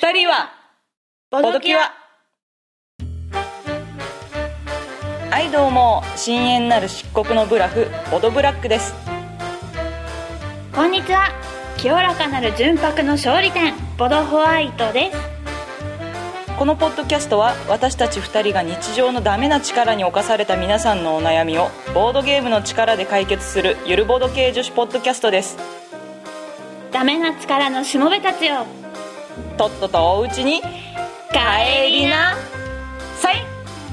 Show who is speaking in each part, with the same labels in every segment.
Speaker 1: 二人はボドキュア。はいどうも、深淵なる漆黒のブラフボドブラックです。
Speaker 2: こんにちは、清らかなる純白の勝利点ボドホワイトです。
Speaker 1: このポッドキャストは私たち2人が日常のダメな力に侵された皆さんのお悩みをボードゲームの力で解決するゆるボド系女子ポッドキャストです。
Speaker 2: ダメな力のしもべたちよ、
Speaker 1: とっととおうちに帰りなさい。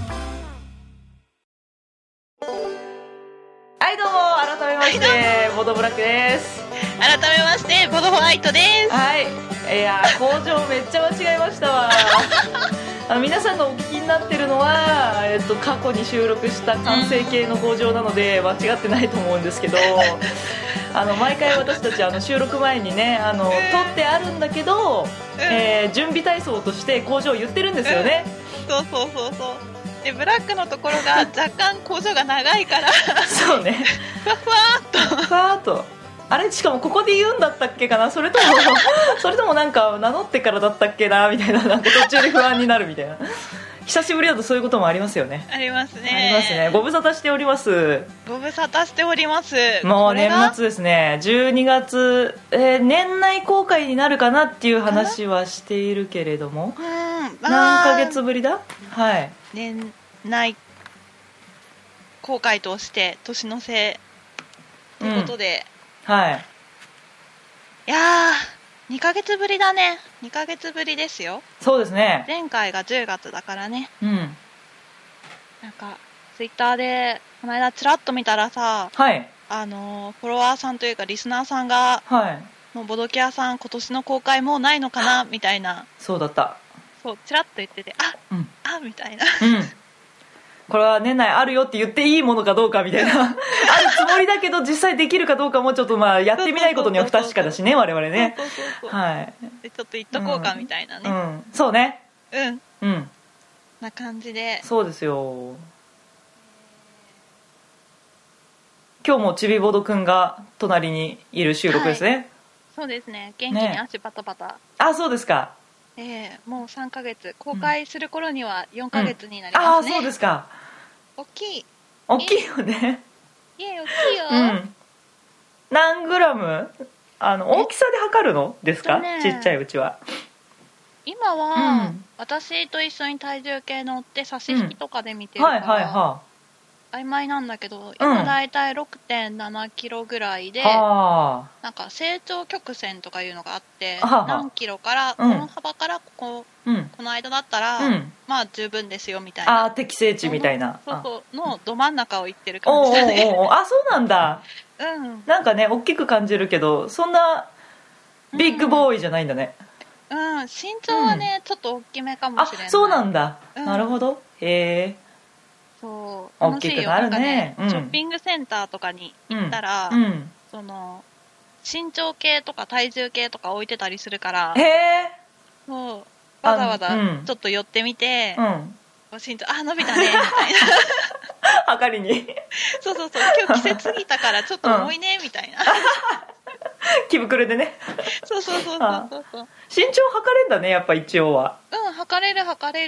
Speaker 1: はいどうも、改めましてボドブラックです。
Speaker 3: 改めましてボドホワイトです。
Speaker 1: はい、いや工場めっちゃ間違えましたわ皆さんがお聞きになってるのは、過去に収録した完成形の工場なので間違ってないと思うんですけど毎回私たち収録前にね撮ってあるんだけど、準備体操として工場を言ってるんですよね、
Speaker 3: そうでブラックのところが若干工場が長いから
Speaker 1: そうね
Speaker 3: ふわっと
Speaker 1: あれ、しかもここで言うんだったっけかな、それともなんか名乗ってからだったっけなみたいな、なんか途中で不安になるみたいな久しぶりだとそういうこともありますよね。
Speaker 3: ありますね。
Speaker 1: ありますね。ご無沙汰しております。
Speaker 3: ご無沙汰しております。
Speaker 1: もう年末ですね。12月、年内公開になるかなっていう話はしているけれども、何ヶ月ぶりだ。はい、
Speaker 3: 年内公開として年の瀬ということで、
Speaker 1: はい。
Speaker 3: いやー2ヶ月ぶりだね。2ヶ月ぶりですよ。
Speaker 1: そうですね。
Speaker 3: 前回が10月だからね。
Speaker 1: なん
Speaker 3: かツイッターでこの間ちらっと見たらさ、
Speaker 1: はい、
Speaker 3: フォロワーさんというかリスナーさんが、
Speaker 1: はい、
Speaker 3: もうボドキャさん今年の公開もうないのかなみたいな、
Speaker 1: そうだった。
Speaker 3: そうちらっと言ってて、あみたいな、
Speaker 1: これは年内あるよって言っていいものかどうかみたいなあるつもりだけど実際できるかどうかもちょっとやってみないことには不確かだしね、我々ね。はい。
Speaker 3: でちょっと言っとこうかみたいなね。
Speaker 1: そうね。
Speaker 3: な感じで。
Speaker 1: そうですよ。今日もちびボドくんが隣にいる収録ですね。
Speaker 3: そうですね。元気に足バタバタ。
Speaker 1: あ、そうですか。
Speaker 3: もう3ヶ月、公開する頃には4ヶ月になりますね。
Speaker 1: あ、そうですか。
Speaker 3: 大きい
Speaker 1: よね。
Speaker 3: 大きいよ。
Speaker 1: 何グラム大きさで測るのですか、ちっちゃいうちは。今
Speaker 3: は、私と一緒に体重計乗って差し引きとかで見てるから、曖昧なんだけど、今だいたい 6.7 キロぐらいで、なんか成長曲線とかいうのがあって、何キロから、この幅からこの間だったら、まあ十分ですよみたいな、
Speaker 1: 適正値みたいな、
Speaker 3: そうのど真ん中をいってる感じだね。
Speaker 1: そうなんだ。なんかね大きく感じるけど、そんなビッグボーイじゃないんだね。
Speaker 3: 身長はね、ちょっと大きめかもしれない。
Speaker 1: そうなんだ、なるほど。へえ。
Speaker 3: そう大きくなるね。ショッピングセンターとかに行ったら、その身長計とか体重計とか置いてたりするから、そうわざわざちょっと寄ってみて、身長伸びたねみたいな
Speaker 1: 測りに
Speaker 3: そう今日季節過ぎたからちょっと重いねみたいな
Speaker 1: 気膨れでね。そう身長測れんだね、やっぱ一応は。
Speaker 3: 測れる。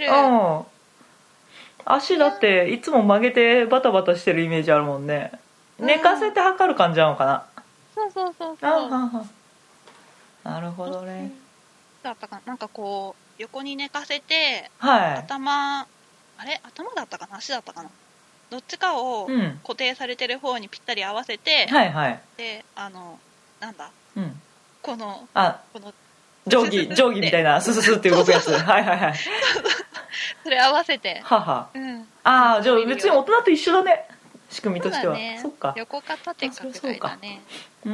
Speaker 1: 足だっていつも曲げてバタバタしてるイメージあるもんね。寝かせて測る感じなのかな。
Speaker 3: そう
Speaker 1: なるほどね。
Speaker 3: だったかな、なんかこう横に寝かせて、頭だったかな、足だったかな、どっちかを固定されてる方にぴったり合わせて、でなんだ、この
Speaker 1: 定規みたいなスススって動くやつ
Speaker 3: それ合わせて、じゃ
Speaker 1: あ別に大人と一緒だね、仕組みとしては。そっか、
Speaker 3: 横か縦かぐらいだね。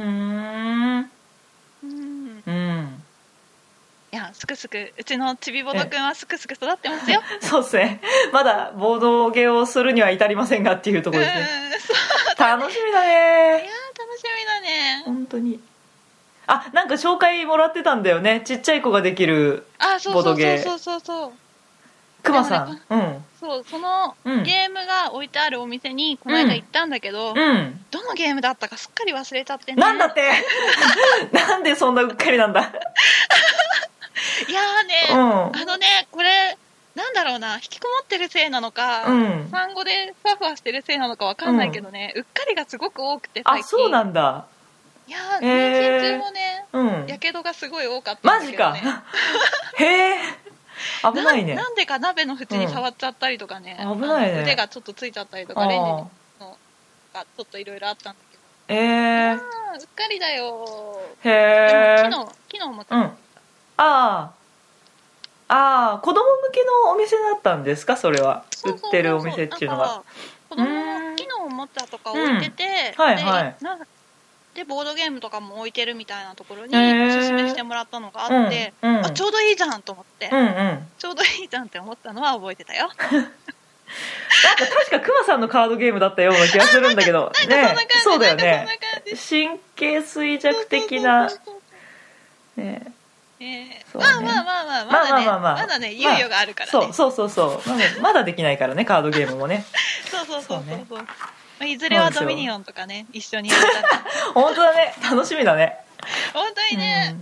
Speaker 3: いや、すくすくうちのちびボドくんはすくすく育ってますよ。
Speaker 1: そうですね、まだボードゲーをするには至りませんがっていうところですね。楽しみだね。いや楽し
Speaker 3: みだね、
Speaker 1: 本当に。なんか紹介もらってたんだよね、ちっちゃい子ができるボドゲー。そうクマさん、
Speaker 3: そのゲームが置いてあるお店にこの間行ったんだけど、どのゲームだったかすっかり忘れちゃってね。
Speaker 1: なんだってなんでそんなうっかりなんだ。
Speaker 3: いやだろうな、引きこもってるせいなのか、産後でふわふわしてるせいなのかわかんないけどね、うっかりがすごく多くて最近。
Speaker 1: そうなんだ。
Speaker 3: いや妊娠中もね、やけどがすごい多かったんだけどね。
Speaker 1: マジか。へえ、危ないね。
Speaker 3: なんでか鍋の縁に触っちゃったりとかね、
Speaker 1: 危ないね。
Speaker 3: 腕がちょっとついちゃったりとか、レンジのがちょっといろいろあったんだけど。うっかりだよ。
Speaker 1: へえ。
Speaker 3: 昨日も食べました 。
Speaker 1: 子供向けのお店だったんですか、それは。売ってるお店っていうのが。
Speaker 3: 子供の木のおもちゃとか置いてて、でボードゲームとかも置いてるみたいなところにおすすめしてもらったのがあって、ちょうどいいじゃんと思って、ちょうどいいじゃんって思ったのは覚えてたよ。なんか
Speaker 1: 確かクマさんのカードゲームだったような気がするんだけど
Speaker 3: ね。
Speaker 1: そうだよね。神経衰弱的なね。
Speaker 3: まだね猶予があるからね。
Speaker 1: そうまだできないからね、カードゲームもね。
Speaker 3: そういずれはドミニオンとかね一緒にやったら
Speaker 1: 本当だね、楽しみだね。
Speaker 3: 本当にね。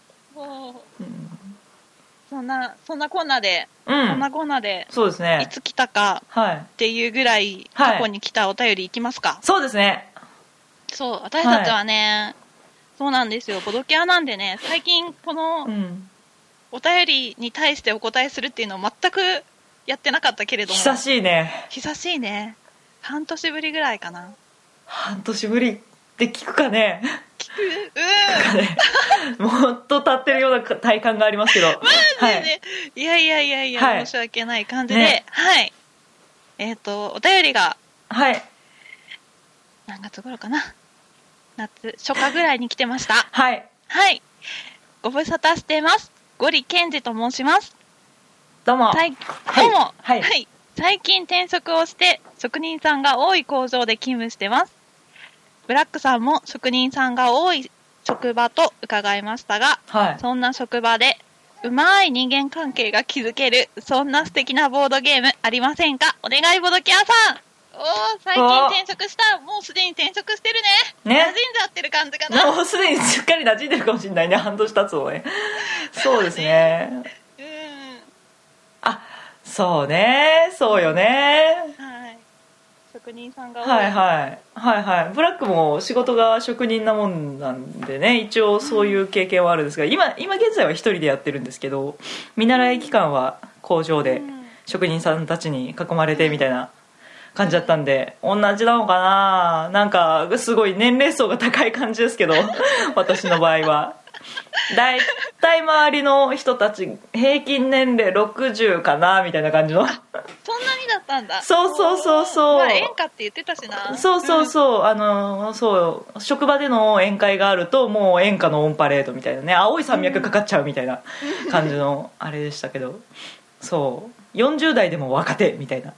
Speaker 3: そんなコーナーで、
Speaker 1: そうですね、
Speaker 3: いつ来たかっていうぐらい過去に来たお便りいきますか。
Speaker 1: そうですね。
Speaker 3: そう私たちはね、そうなんですよ、ボドキャなんでね、最近このお便りに対してお答えするっていうのを全くやってなかったけれども、
Speaker 1: 久しいね。
Speaker 3: 半年ぶりぐらいかな。
Speaker 1: 半年ぶりって聞くかね。
Speaker 3: 聞く
Speaker 1: もっと経ってるような体感がありますけど。マ
Speaker 3: ジでね。いや、申し訳ない感じで、お便りが何月頃かな、初夏ぐらいに来てました。ご無沙汰しています。ゴリケンジと申します。
Speaker 1: どうも。
Speaker 3: 最近転職をして職人さんが多い工場で勤務してます。ブラックさんも職人さんが多い職場と伺いましたが、そんな職場でうまい人間関係が築ける、そんな素敵なボードゲームありませんか。お願いボドキャーさん。最近転職した。もうすでに転職してるね。馴染んじゃってる感じかな。
Speaker 1: もうすでにしっかり馴染んでるかもしれないね、半年経つもね。そうですね。そうね、そうよね。
Speaker 3: 職人さんが多い。
Speaker 1: ブラックも仕事が職人なもんなんでね、一応そういう経験はあるんですが、今現在は一人でやってるんですけど、見習い期間は工場で職人さんたちに囲まれてみたいな感じだったんで、同じなのかな。なんかすごい年齢層が高い感じですけど私の場合はだいたい周りの人たち平均年齢60かなみたいな感じの。そんな
Speaker 3: にだったんだ。
Speaker 1: そう
Speaker 3: 演歌って言ってたしな。
Speaker 1: そう職場での宴会があるともう演歌のオンパレードみたいなね、青い山脈かかっちゃうみたいな感じのあれでしたけど、そう40代でも若手みたいな。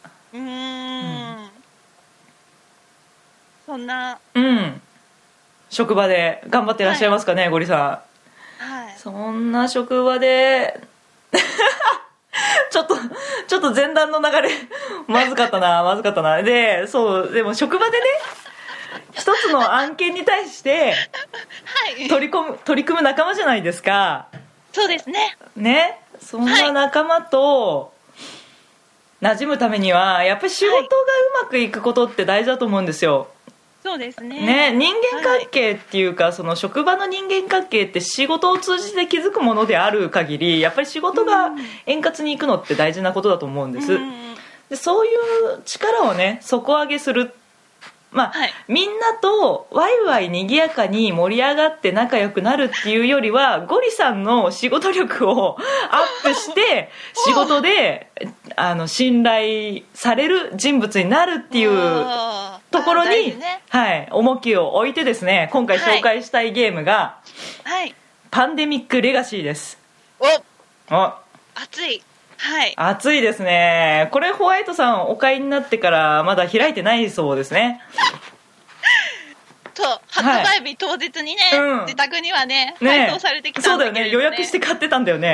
Speaker 3: そんな
Speaker 1: 職場で頑張ってらっしゃいますかね、ゴリさん。そんな職場でちょっと前段の流れまずかったな。でも職場でね、一つの案件に対して取り組む仲間じゃないですか。
Speaker 3: そうです
Speaker 1: ね。そんな仲間と馴染むためにはやっぱり仕事がうまくいくことって大事だと思うんですよ。
Speaker 3: そうですね。
Speaker 1: 人間関係っていうか、その職場の人間関係って仕事を通じて築くものである限り、やっぱり仕事が円滑にいくのって大事なことだと思うんです。でそういう力をね底上げする、みんなとワイワイにぎやかに盛り上がって仲良くなるっていうよりは、ゴリさんの仕事力をアップして仕事で信頼される人物になるっていうところに、重きを置いてですね、今回紹介したいゲームが、パンデミックレガシーです。熱いですね。これホワイトさんお買いになってからまだ開いてないそうですね。
Speaker 3: 発売日当日にね、自宅にはね配送されてきたんだけどね。そうだよね、
Speaker 1: 予約して買ってたんだよね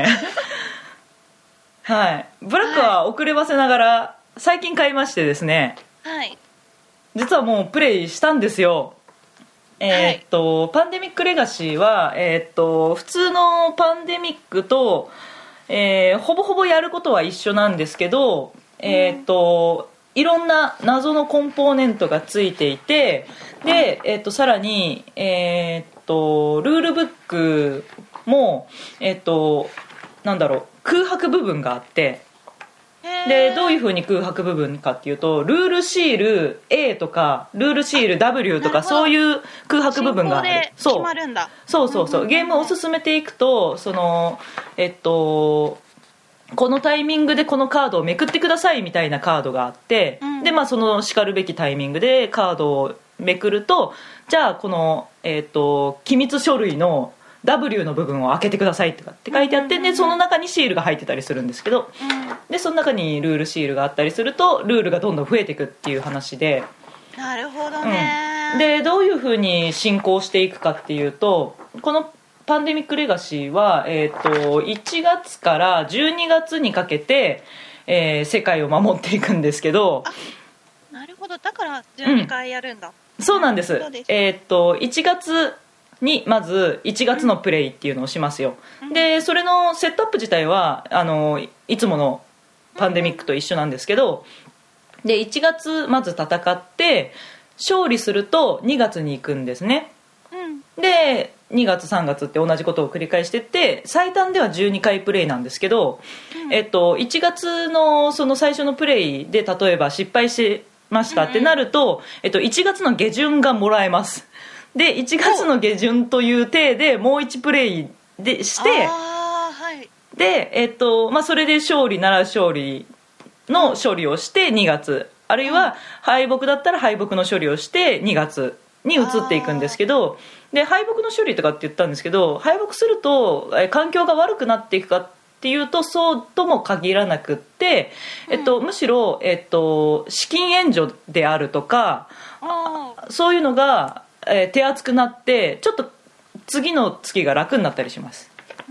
Speaker 1: ブラックは遅ればせながら最近買いましてですね、実はもうプレイしたんですよ。パンデミックレガシーは、普通のパンデミックとほぼほぼやることは一緒なんですけど、いろんな謎のコンポーネントがついていて、で、さらに、ルールブックも、なんだろう、空白部分があって、でどういう風に空白部分かっていうと、ルールシール A とかルールシール W とか、そういう空白部分がある。
Speaker 3: 決まるんだ。
Speaker 1: そうゲームを進めていくと、そのこのタイミングでこのカードをめくってくださいみたいなカードがあって、でそのしかるべきタイミングでカードをめくると、じゃあこの、機密書類のW の部分を開けてくださいとかって書いてあって、でその中にシールが入ってたりするんですけど、でその中にルールシールがあったりするとルールがどんどん増えていくっていう話で。
Speaker 3: なるほどね、
Speaker 1: でどういう風に進行していくかっていうと、このパンデミックレガシーは、1月から12月にかけて、世界を守っていくんですけど。
Speaker 3: なるほど、だから12回やるんだ、
Speaker 1: そうなんです。1月にまず1月のプレイっていうのをしますよ、でそれのセットアップ自体はいつものパンデミックと一緒なんですけど、で1月まず戦って勝利すると2月に行くんですね、で2月3月って同じことを繰り返していって、最短では12回プレイなんですけど、1月のその最初のプレイで例えば失敗しましたってなると、1月の下旬がもらえます。で1月の下旬という体でもう1プレイでして、で、それで勝利なら勝利の処理をして2月、あるいは敗北だったら敗北の処理をして2月に移っていくんですけど、で敗北の処理とかって言ったんですけど、敗北すると環境が悪くなっていくかっていうとそうとも限らなくって、むしろ、資金援助であるとか、そういうのが手厚くなってちょっと次の月が楽になったりします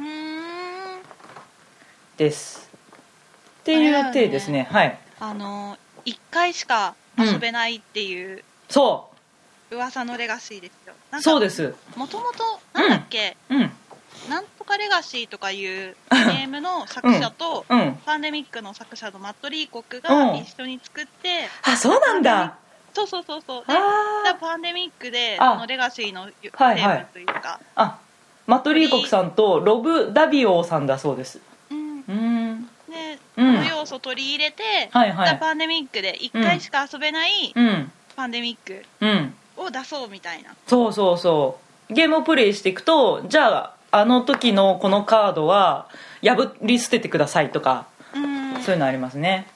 Speaker 1: ですっていう体ですね。はい、
Speaker 3: 1回しか遊べないっていう、
Speaker 1: そう
Speaker 3: 噂のレガシーですよ。なんか
Speaker 1: そうです。
Speaker 3: もともとなんだっけ、なんとかレガシーとかいうゲームの作者と、パンデミックの作者のマット・リーコックが一緒に作って、
Speaker 1: そうなんだ。
Speaker 3: そうでパンデミックでそのレガシーの成分というか、
Speaker 1: マット・リーコックさんとロブ・ダビオさんだそうです。
Speaker 3: でこの要素を取り入れて、パンデミックで1回しか遊べないパンデミックを出そうみたいな、
Speaker 1: そうゲームをプレイしていくと、じゃああの時のこのカードは破り捨ててくださいとか、そういうのありますね。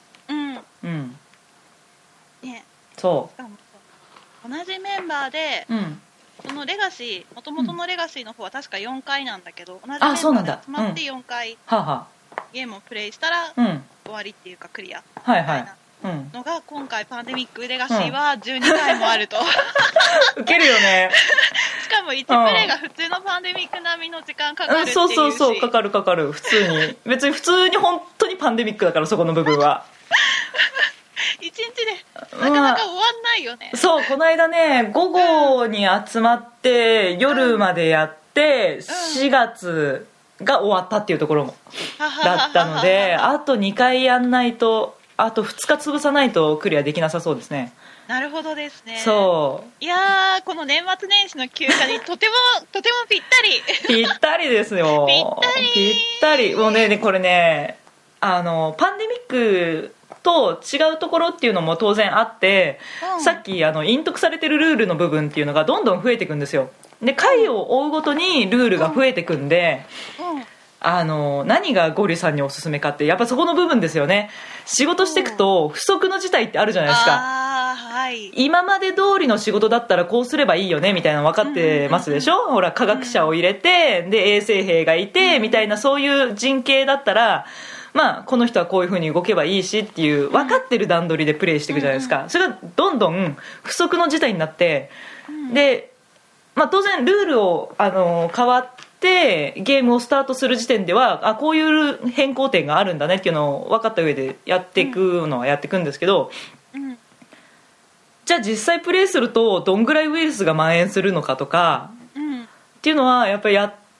Speaker 3: ね、
Speaker 1: そう
Speaker 3: 同じメンバーで、そのレガシー、もともとのレガシーの方は確か4回なんだけど、同じメンバーで集まって4回ゲームをプレイしたら終わりっていうかクリアみたいなのが、今回パンデミックレガシーは12回もあると
Speaker 1: ウケるよね
Speaker 3: しかも1プレイが普通のパンデミック並みの時間かかるっていうし、
Speaker 1: そうかかる普通に別に普通に本当にパンデミックだから、そこの部分は
Speaker 3: 1日でなかなか終わんないよね。
Speaker 1: そう、この間ね午後に集まって夜までやって4月が終わったっていうところもだったので、あと2回やんないと、あと2日潰さないとクリアできなさそうですね。
Speaker 3: なるほどですね。
Speaker 1: そう
Speaker 3: いやー、この年末年始の休暇にとてもぴったり
Speaker 1: ぴったりですよぴったりもうね、これねパンデミックと違うところっていうのも当然あって、さっき隠匿されてるルールの部分っていうのがどんどん増えていくんですよ。で回を追うごとにルールが増えていくんで、何がゴリさんにおすすめかってやっぱそこの部分ですよね。仕事していくと不測の事態ってあるじゃないですか。今まで通りの仕事だったらこうすればいいよねみたいなの分かってますでしょ。ほら科学者を入れて、で衛生兵がいてみたいな、そういう陣形だったらこの人はこういう風に動けばいいしっていう分かってる段取りでプレイしていくじゃないですか。それがどんどん不測の事態になって、で、当然ルールを変わってゲームをスタートする時点ではこういう変更点があるんだねっていうのを分かった上でやっていくのはやっていくんですけど、じゃあ実際プレイするとどんぐらいウイルスが蔓延するのかとか、っていうのはやっぱりやっ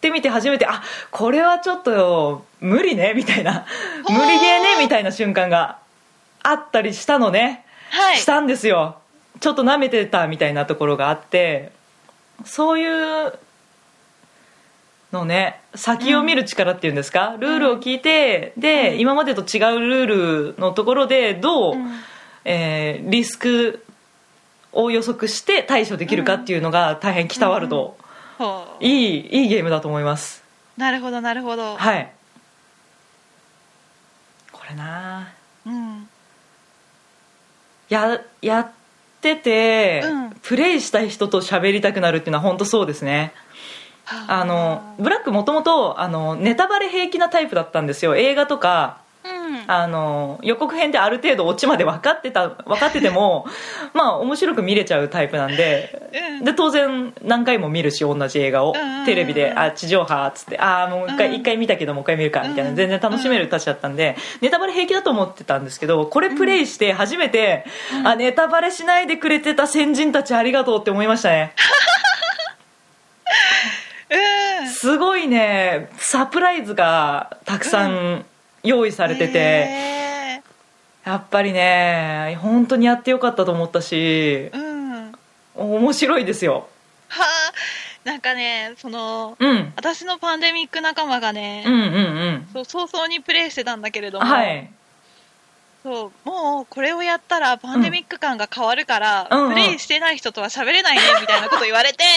Speaker 1: ってみて初めて、あ、これはちょっと無理ねみたいな、無理ゲーねみたいな瞬間があったりしたのね、
Speaker 3: はい、
Speaker 1: したんですよ。ちょっと舐めてたみたいなところがあって、そういうのね、先を見る力っていうんですか、ルールを聞いて、で、今までと違うルールのところでどう、リスクを予測して対処できるかっていうのが大変北ワールド、いいゲームだと思います。
Speaker 3: なるほどなるほど。
Speaker 1: はい、これな、やってて、プレイしたい人と喋りたくなるっていうのは本当そうですね。ブラックもともとネタバレ平気なタイプだったんですよ。映画とか、予告編である程度オチまで分かっててもまあ面白く見れちゃうタイプなんで、で当然何回も見るし、同じ映画をテレビで地上波っつって、もう一回見たけどもう一回見るかみたいな、全然楽しめるたちだったんで、ネタバレ平気だと思ってたんですけど、これプレイして初めて、ネタバレしないでくれてた先人たちありがとうって思いましたね。すごいね、サプライズがたくさん用意されてて、やっぱりね本当にやってよかったと思ったし、面白いですよ。
Speaker 3: はあ、なんかね、私のパンデミック仲間がね、早々にプレイしてたんだけれども、そうもうこれをやったらパンデミック感が変わるから、プレイしてない人とは喋れないねみたいなこと言われて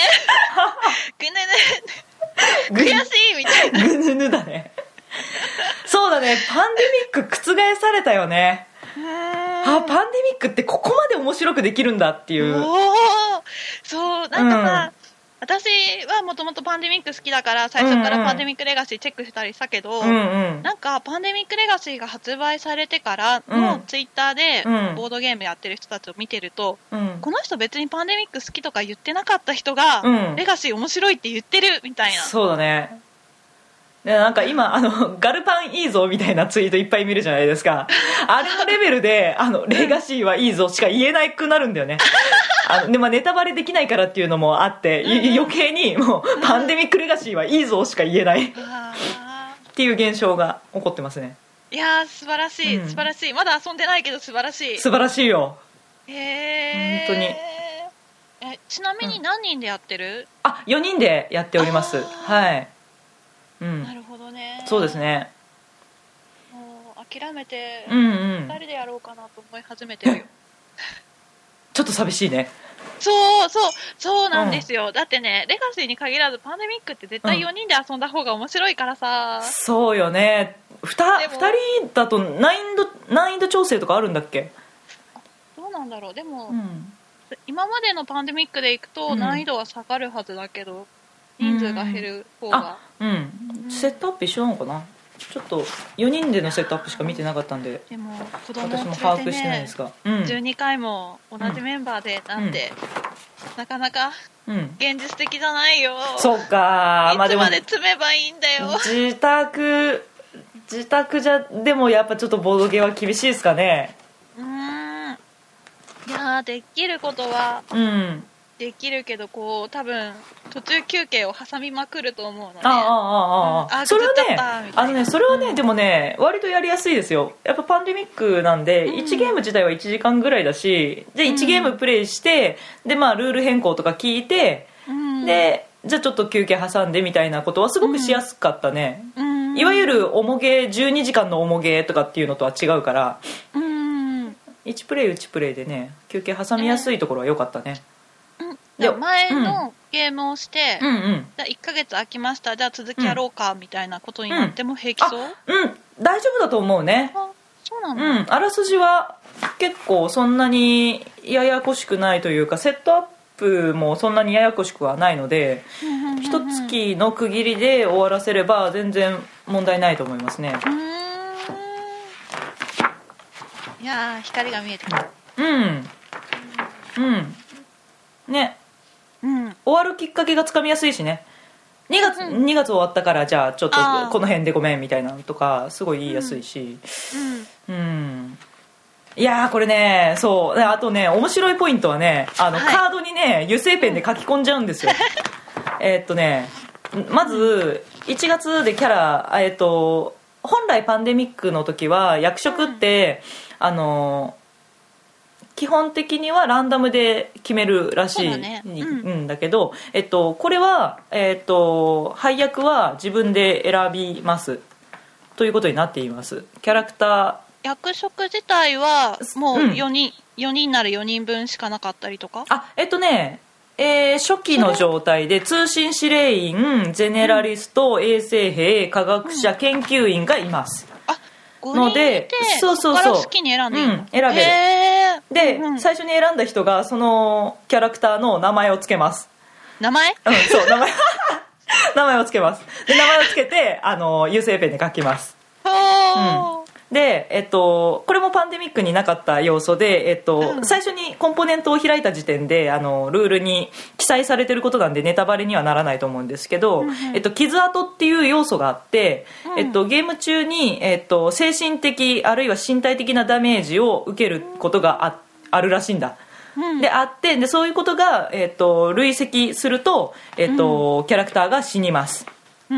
Speaker 3: ぐぬぬ悔しいみたいな。
Speaker 1: ぐぬぬだね。そうだね、パンデミック覆されたよね。パンデミックってここまで面白くできるんだっていう。
Speaker 3: そう、なんかさ、私はもともとパンデミック好きだから最初からパンデミックレガシーチェックしたりしたけど、なんかパンデミックレガシーが発売されてからのツイッターでボードゲームやってる人たちを見てると、この人別にパンデミック好きとか言ってなかった人が、レガシー面白いって言ってるみたいな。
Speaker 1: そうだね。でなんか今ガルパンいいぞみたいなツイートいっぱい見るじゃないですか。あれのレベルでレガシーはいいぞしか言えなくなるんだよね。でネタバレできないからっていうのもあって、余計にもうパンデミックレガシーはいいぞしか言えないっていう現象が起こってますね。
Speaker 3: いやー素晴らしい、素晴らしい。まだ遊んでないけど素晴らしい。
Speaker 1: 素晴らしいよ。
Speaker 3: 本当に。ちなみに何人でやってる
Speaker 1: ？4人でやっております。はい。
Speaker 3: なるほどね。
Speaker 1: そうですね。
Speaker 3: もう諦めて2人でやろうかなと思い始めてるよ。
Speaker 1: ちょっと寂しいね。
Speaker 3: そうなんですよ、だってね、レガシーに限らずパンデミックって絶対4人で遊んだ方が面白いからさ。
Speaker 1: そうよね。2人だと難易度調整とかあるんだっけ？
Speaker 3: どうなんだろう。でも、今までのパンデミックでいくと難易度は下がるはずだけど、人数が減る方が、
Speaker 1: セットアップ一緒なのかな。ちょっと4人でのセットアップしか見てなかったんで、
Speaker 3: でも子供を
Speaker 1: 私も把握してないんですが、
Speaker 3: 12回も同じメンバーでなんて、なかなか現実的じゃないよ。
Speaker 1: そうか。
Speaker 3: いつまで積めばいいんだよ。
Speaker 1: 自宅じゃでもやっぱちょっとボードゲーは厳しいですかね。
Speaker 3: いやできることはできるけど、こう多分途中休憩を挟みまくると思うので、
Speaker 1: それはね、それはね、でもね割とやりやすいですよ。やっぱパンデミックなんで、1ゲーム自体は1時間ぐらいだし、で1ゲームプレイして、でルール変更とか聞いて、でじゃあちょっと休憩挟んでみたいなことはすごくしやすかったね。いわゆる重ゲー12時間の重ゲーとかっていうのとは違うから、1プレイ1プレイでね休憩挟みやすいところは良かったね。
Speaker 3: じゃあ前のゲームをして、じゃあ1ヶ月空きました、じゃあ続きやろうかみたいなことになっても平気そう？
Speaker 1: 大丈夫だと思うね。
Speaker 3: そうなんだ。
Speaker 1: あらすじは結構そんなにややこしくないというか、セットアップもそんなにややこしくはないので、一月の区切りで終わらせれば全然問題ないと思いますね。
Speaker 3: いやー光が見えてきた。
Speaker 1: ね、終わるきっかけがつかみやすいしね。2月終わったからじゃあちょっとこの辺でごめんみたいなのとかすごい言いやすいし、いやーこれね、そうあとね面白いポイントはね、カードにね油性ペンで書き込んじゃうんですよ。 まず1月でキャラ、本来パンデミックの時は役職って、基本的にはランダムで決めるらしいんだけど、これは、配役は自分で選びますということになっています。キャラクター
Speaker 3: 役職自体はもう4人なら4人分しかなかったりとか。
Speaker 1: 初期の状態で通信司令員、ゼネラリスト、衛生兵、科学者、研究員がいます。
Speaker 3: ので、そこから好きに選んでいいの？
Speaker 1: 選べる。で、最初に選んだ人がそのキャラクターの名前をつけます。
Speaker 3: 名前？
Speaker 1: そう名前名前をつけます。で名前をつけて油性ペンで書きます。で、これもパンデミックになかった要素で、最初にコンポーネントを開いた時点でルールに記載されてることなんでネタバレにはならないと思うんですけど、傷跡っていう要素があって、ゲーム中に、精神的あるいは身体的なダメージを受けることがあるらしいんだ。であってでそういうことが、累積すると、キャラクターが死にます。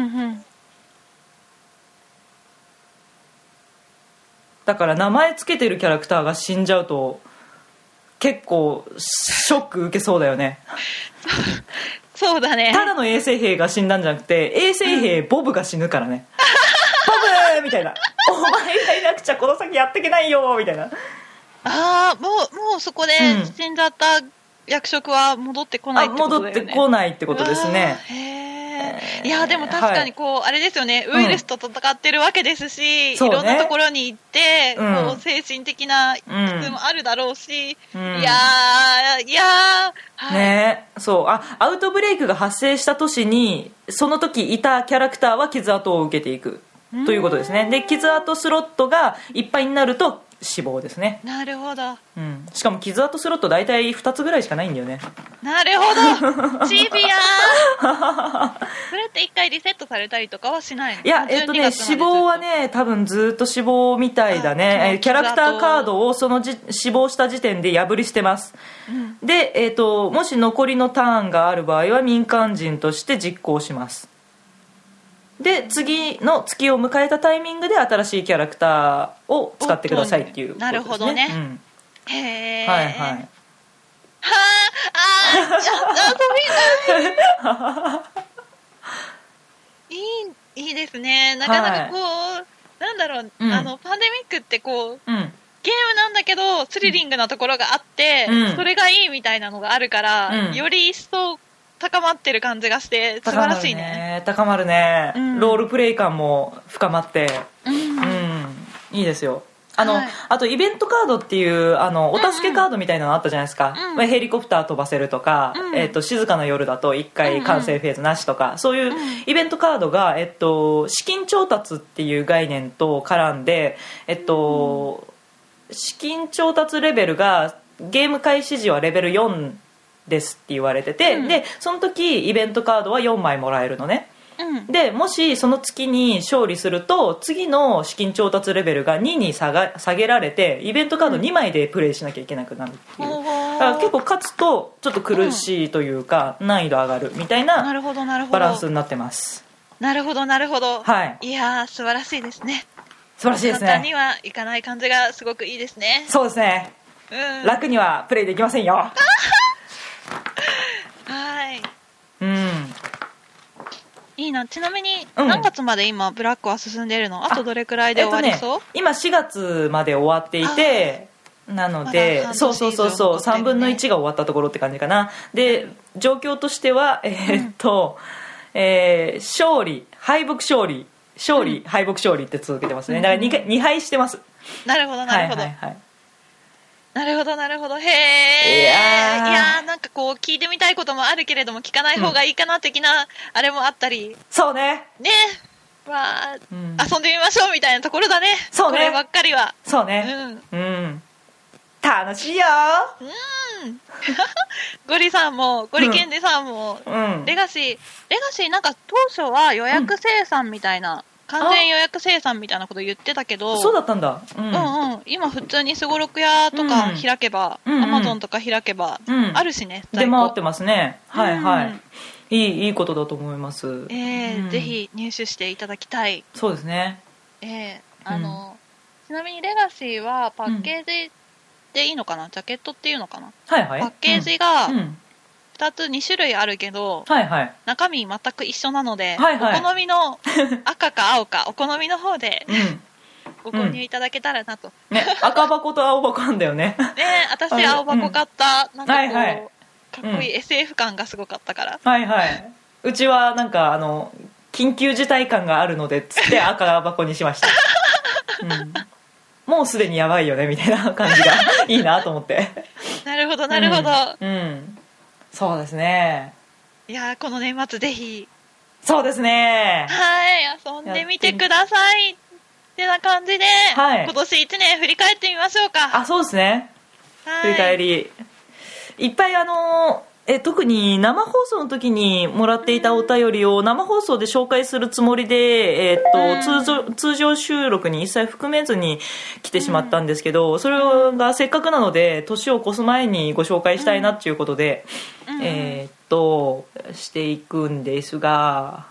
Speaker 1: だから名前つけてるキャラクターが死んじゃうと結構ショック受けそうだよね。
Speaker 3: そうだね。
Speaker 1: ただの衛生兵が死んだんじゃなくて衛生兵ボブが死ぬからね。ボブみたいな、お前がいなくちゃこの先やっていけないよみたいな。
Speaker 3: もうそこで死んじゃった役職は戻ってこないってことだよね。
Speaker 1: 戻ってこないってことですね。
Speaker 3: いやでも確かにあれですよね、ウイルスと戦ってるわけですし、いろんなところに行って、精神的な苦痛もあるだろうし、いや
Speaker 1: ね、そうアウトブレイクが発生した年にその時いたキャラクターは傷跡を受けていくということですね。で傷跡スロットがいっぱいになると死亡ですね。
Speaker 3: なるほど、
Speaker 1: しかも傷跡スロット大体2つぐらいしかないんだよね。
Speaker 3: なるほどシビアそれって1回リセットされたりとかはしないの？
Speaker 1: いや死亡はね多分ずっと死亡みたいだね。キャラクターカードをその死亡した時点で破り捨てます。で、もし残りのターンがある場合は民間人として実行します。で次の月を迎えたタイミングで新しいキャラクターを使ってくださいっていうことですね。
Speaker 3: なるほどね、へえ、
Speaker 1: はいはい
Speaker 3: いいですね。なかなかなんだろう、パンデミックってゲームなんだけどスリリングなところがあって、それがいいみたいなのがあるから、より一層高まってる感じがして素晴らしいね。
Speaker 1: 高まるね、ロールプレイ感も深まって、いいですよ。あとイベントカードっていうお助けカードみたいなのあったじゃないですか、ヘリコプター飛ばせるとか、静かな夜だと1回完成フェーズなしとか、そういうイベントカードが、資金調達っていう概念と絡んで、資金調達レベルがゲーム開始時はレベル4ですって言われてて、でその時イベントカードは4枚もらえるのね。でもしその月に勝利すると次の資金調達レベルが2に下げられてイベントカード2枚でプレイしなきゃいけなくなるっていう、だから結構勝つとちょっと苦しいというか、難易度上がるみたいなバランスになってます。
Speaker 3: なるほどなるほど、いや素晴らしいですね。
Speaker 1: 素晴らしいですね。
Speaker 3: 簡単にはいかない感じがすごくいいですね。
Speaker 1: そうですね、楽にはプレイできませんよ
Speaker 3: はいいいな。ちなみに何月まで今ブラックは進んでるの？あとどれくらいで終わりそう？
Speaker 1: 今4月まで終わっていて、なので、ま、そう3分の1が終わったところって感じかな。で状況としては勝利敗北勝利敗北勝利って続けてますね。だから 2敗してます。
Speaker 3: なるほどなるほど、なるほどなるほど。へえ。いやなんか聞いてみたいこともあるけれども聞かない方がいいかな的なあれもあったり。
Speaker 1: そうね。
Speaker 3: 遊んでみましょうみたいなところだね。
Speaker 1: そうね。
Speaker 3: こればっかりは。
Speaker 1: そうね。楽しいよ。
Speaker 3: ゴリさんもゴリケンジさんも、レガシーなんか当初は予約生産みたいな。完全予約生産みたいなこと言ってたけど、
Speaker 1: そうだったんだ。
Speaker 3: 今普通にすごろく屋とか開けば、アマゾンとか開けば、あるしね。
Speaker 1: 出回ってますね。 いいことだと思います。
Speaker 3: ぜひ入手していただきたい。
Speaker 1: そうですね。
Speaker 3: ちなみにレガシーはパッケージでいいのかな、ジャケットっていうのかな、
Speaker 1: はいはい、
Speaker 3: パッケージが2つ2種類あるけど、
Speaker 1: はいはい、
Speaker 3: 中身全く一緒なので、
Speaker 1: はいはい、
Speaker 3: お好みの赤か青かお好みの方で、ご購入いただけたらなと、
Speaker 1: ね、赤箱と青箱なんだよね。
Speaker 3: 私青箱買った、なんかこう、はいはい、かっこいい SF 感がすごかったから、
Speaker 1: はいはい、うちはなんか緊急事態感があるのでつって赤箱にしました、もうすでにやばいよねみたいな感じがいいなと思って
Speaker 3: なるほどなるほど、
Speaker 1: そうですね。
Speaker 3: いやこの年末ぜひ、
Speaker 1: そうですね、
Speaker 3: はい、遊んでみてくださいってな感じで、はい、今年1年振り返ってみましょうか。
Speaker 1: そうですね、振り返りいっぱい特に生放送の時にもらっていたお便りを生放送で紹介するつもりで、通常収録に一切含めずに来てしまったんですけど、それがせっかくなので年を越す前にご紹介したいなっていうことで、していくんですが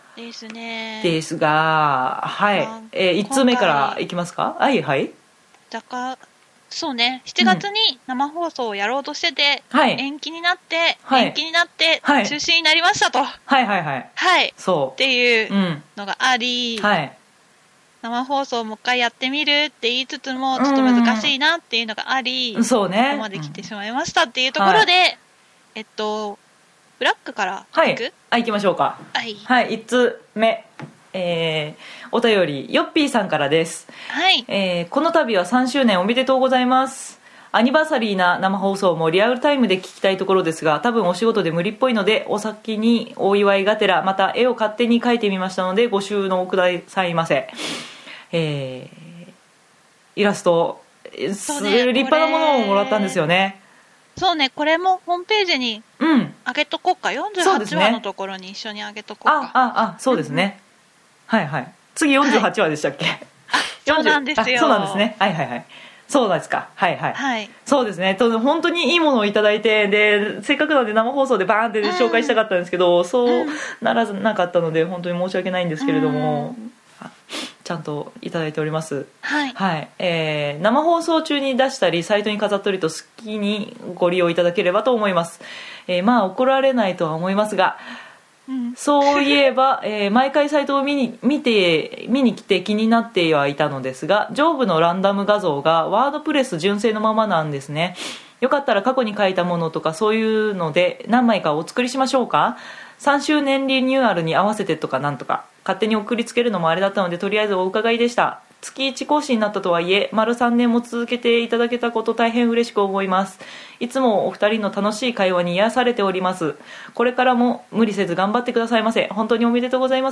Speaker 1: はい、1通目からいきますか。はいはい。
Speaker 3: そうね、7月に生放送をやろうとしてて、延期になって、中止になりましたと。そうっていうのがあり、生放送もう一回やってみるって言いつつも、ちょっと難しいなっていうのがあり、
Speaker 1: そうね、
Speaker 3: ここまで来てしまいましたっていうところで、ブラックからいく？
Speaker 1: 行きましょうか。1通目。お便りヨッピーさんからです、この度は3周年おめでとうございます。アニバーサリーな生放送もリアルタイムで聞きたいところですが、多分お仕事で無理っぽいのでお先にお祝いがてらまた絵を勝手に描いてみましたのでご収納くださいませ。イラスト、立派なものをもらったんですよね。
Speaker 3: そうね、これもホームページにあげとこうか、48話のところに一緒にあげとこうか。
Speaker 1: そうですね、はいはい、次48話でしたっけ？
Speaker 3: そうなんですよ。
Speaker 1: そうなんですね、はいはいはい、そうですか、はいはい、はい、そうですね、本当にいいものをいただいて、でせっかくなので生放送でバーンって紹介したかったんですけど、そうならなかったので本当に申し訳ないんですけれども、ちゃんといただいております。はい、生放送中に出したりサイトに飾ったりと好きにご利用いただければと思います。怒られないとは思いますが、そういえば、毎回サイトを見に来て気になってはいたのですが、上部のランダム画像がワードプレス純正のままなんですね。よかったら過去に書いたものとかそういうので何枚かお作りしましょうか。3周年リニューアルに合わせてとかなんとか勝手に送りつけるのもあれだったので、とりあえずお伺いでした。月1更新になったとはいえ丸3年も続けていただけたこと大変嬉しく思います。いつもお二人の楽しい会話に癒されております。これからも無理せず頑張ってくださいませ。本当におめでとうございます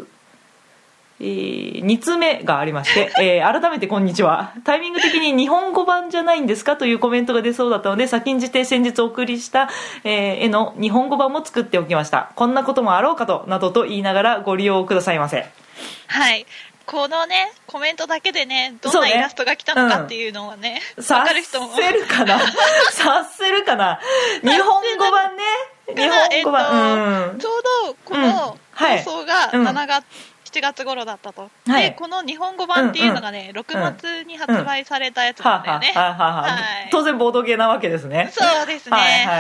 Speaker 1: 。2通目がありまして、改めてこんにちは。タイミング的に日本語版じゃないんですかというコメントが出そうだったので、先んじて先日お送りした、絵の日本語版も作っておきました。こんなこともあろうかとなどと言いながらご利用くださいませ。
Speaker 3: はい、このねコメントだけでね、どんなイラストが来たのかっていうのはね、分かる人も
Speaker 1: 察せるかな察せるかな。日本語版ね、日本語版、
Speaker 3: ちょうどこの放送が7月頃だったと、でこの日本語版っていうのがね、6月に発売されたやつなんだよね。
Speaker 1: 当然ボードゲーなわけですね。
Speaker 3: そうですね、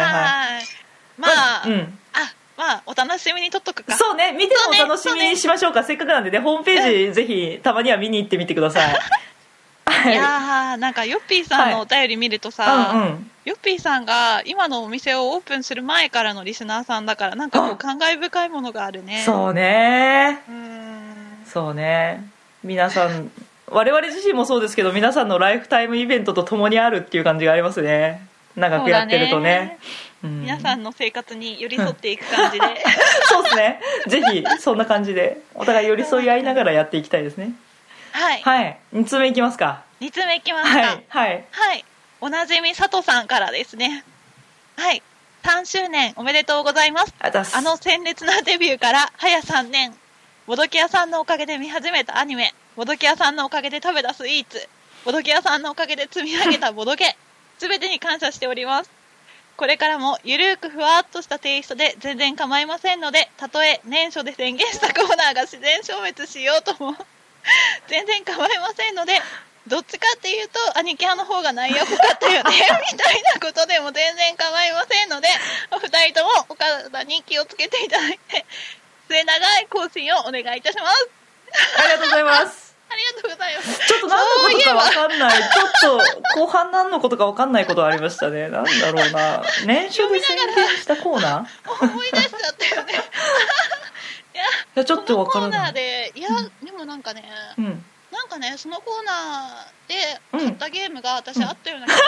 Speaker 3: まあお楽しみにとっとくか。
Speaker 1: そうね、見てもお楽しみにしましょうか。せっかくなんでね、ホームページぜひたまには見に行ってみてください。
Speaker 3: いやなんかヨッピーさんのお便り見るとさ、ヨッピーさんが今のお店をオープンする前からのリスナーさんだから、なんかもう感慨深いものがあるね。
Speaker 1: そうね、そうね、皆さん我々自身もそうですけど、皆さんのライフタイムイベントと共にあるっていう感じがありますね、長くやってるとね。
Speaker 3: 皆さんの生活に寄り添っていく感じで、
Speaker 1: そうですね、ぜひそんな感じでお互い寄り添い合いながらやっていきたいですね。はい、2通目いきますか。
Speaker 3: 2通目いきますか。はい、おなじみ佐藤さんからですね。はい、3周年おめでとうございます。あの鮮烈なデビューから早3年、ボドキ屋さんのおかげで見始めたアニメ、ボドキ屋さんのおかげで食べたスイーツ、ボドキ屋さんのおかげで積み上げたボドゲ、全てに感謝しております。 これからもゆるくふわっとしたテイストで全然構いませんので、たとえ年初で宣言したコーナーが自然消滅しようとも全然構いませんので、どっちかっていうとアニキャンの方が内容濃かったよねみたいなことでも全然構いませんので、お二人ともお体に気をつけていただいて末長い更新をお願いいたします。
Speaker 1: ありがとうございます
Speaker 3: ありがとうございます。
Speaker 1: ちょっと何のことか分かんない、ちょっと後半何のことか分かんないことありましたね。なんだろうな、年初で宣言したコーナ
Speaker 3: ー思い出しちゃったよねい
Speaker 1: やちょっと分からない。
Speaker 3: このコーナーででもなんかね、なんかね、そのコーナーで買ったゲームが私あったような気が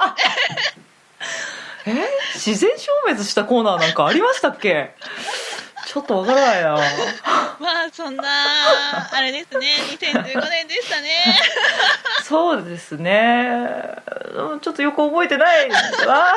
Speaker 1: する、自然消滅したコーナーなんかありましたっけ？ちょっとわからないな
Speaker 3: まあそんなあれですね、2015年でしたね
Speaker 1: そうですね、ちょっとよく覚えてないな来年は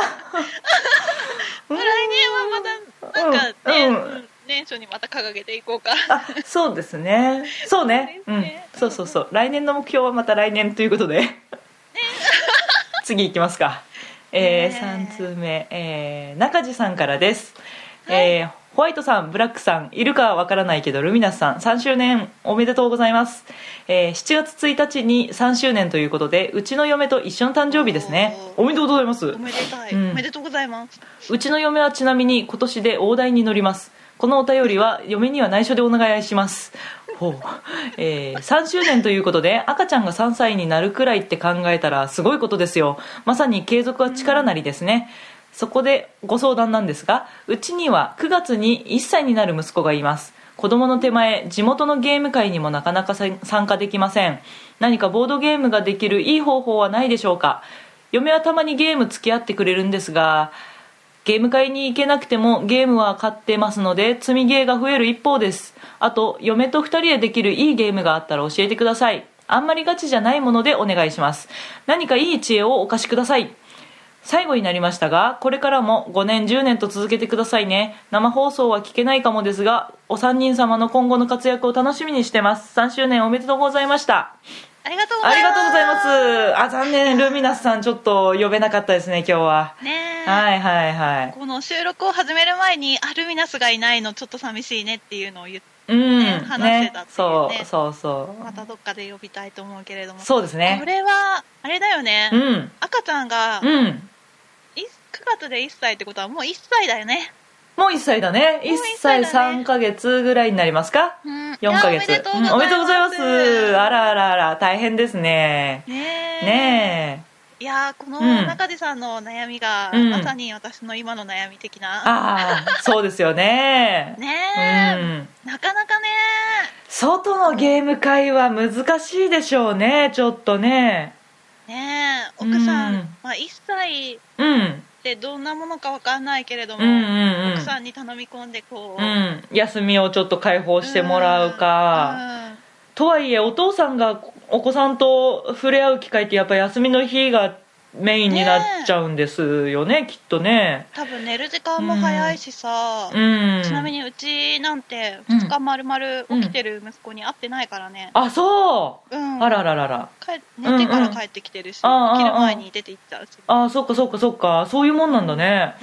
Speaker 3: またなんかね、年初にまた掲げていこうか。
Speaker 1: そうですね、そうね、そう来年の目標はまた来年ということで次いきますか。3通目、中地さんからです。ホワイトさん、ブラックさん、いるかはわからないけどルミナスさん、3周年おめでとうございます。7月1日に3周年ということで、うちの嫁と一緒の誕生日ですね。おめでとうございます。
Speaker 3: おめでたい、おめでとうございます。
Speaker 1: うちの嫁はちなみに今年で大台に乗ります。このお便りは嫁には内緒でお願いします。3周年ということで赤ちゃんが3歳になるくらいって考えたらすごいことですよ。まさに継続は力なりですね。そこでご相談なんですが、うちには9月に1歳になる息子がいます。子供の手前、地元のゲーム会にもなかなか参加できません。何かボードゲームができるいい方法はないでしょうか。嫁はたまにゲーム付き合ってくれるんですが、ゲーム会に行けなくてもゲームは買ってますので積みゲーが増える一方です。あと嫁と2人でできるいいゲームがあったら教えてください。あんまりガチじゃないものでお願いします。何かいい知恵をお貸しください。最後になりましたが、これからも5年10年と続けてくださいね。生放送は聞けないかもですが、お三人様の今後の活躍を楽しみにしてます。3周年おめでとうございました。
Speaker 3: ありがとうございます。
Speaker 1: ありがとうございます。残念、ルミナスさんちょっと呼べなかったですね今日は
Speaker 3: ね。
Speaker 1: はい
Speaker 3: この収録を始める前にルミナスがいないのちょっと寂しいねっていうのを話してたっていうね。そうまたどっかで呼びたいと思うけれども、
Speaker 1: そうですね。
Speaker 3: これはあれだよね、赤ちゃんが、9月で1歳ってことはもう1歳だよね。
Speaker 1: もう1歳だね。1歳3ヶ月ぐらいになりますか、4ヶ月。おめでとうございます。あら大変ですね。ねえ。
Speaker 3: いやこの中地さんの悩みが、まさに私の今の悩み的な。
Speaker 1: そうですよね。
Speaker 3: なかなかね、
Speaker 1: 外のゲーム会は難しいでしょうね、ちょっとね。
Speaker 3: 奥さん、1歳でどんなものか分かんないけれども、奥さんに頼み込んで
Speaker 1: 休みをちょっと解放してもらうか、とはいえお父さんがお子さんと触れ合う機会ってやっぱ休みの日がメインになっちゃうんですよね、きっとね。多分
Speaker 3: 寝る時間も早いしさ、ちなみにうちなんて2日丸々起きてる息子に会ってないからね。
Speaker 1: そう、あら
Speaker 3: 寝てから帰ってきてるし、起きる前に出て行っちゃうし。
Speaker 1: そっかそういうもんなんだね。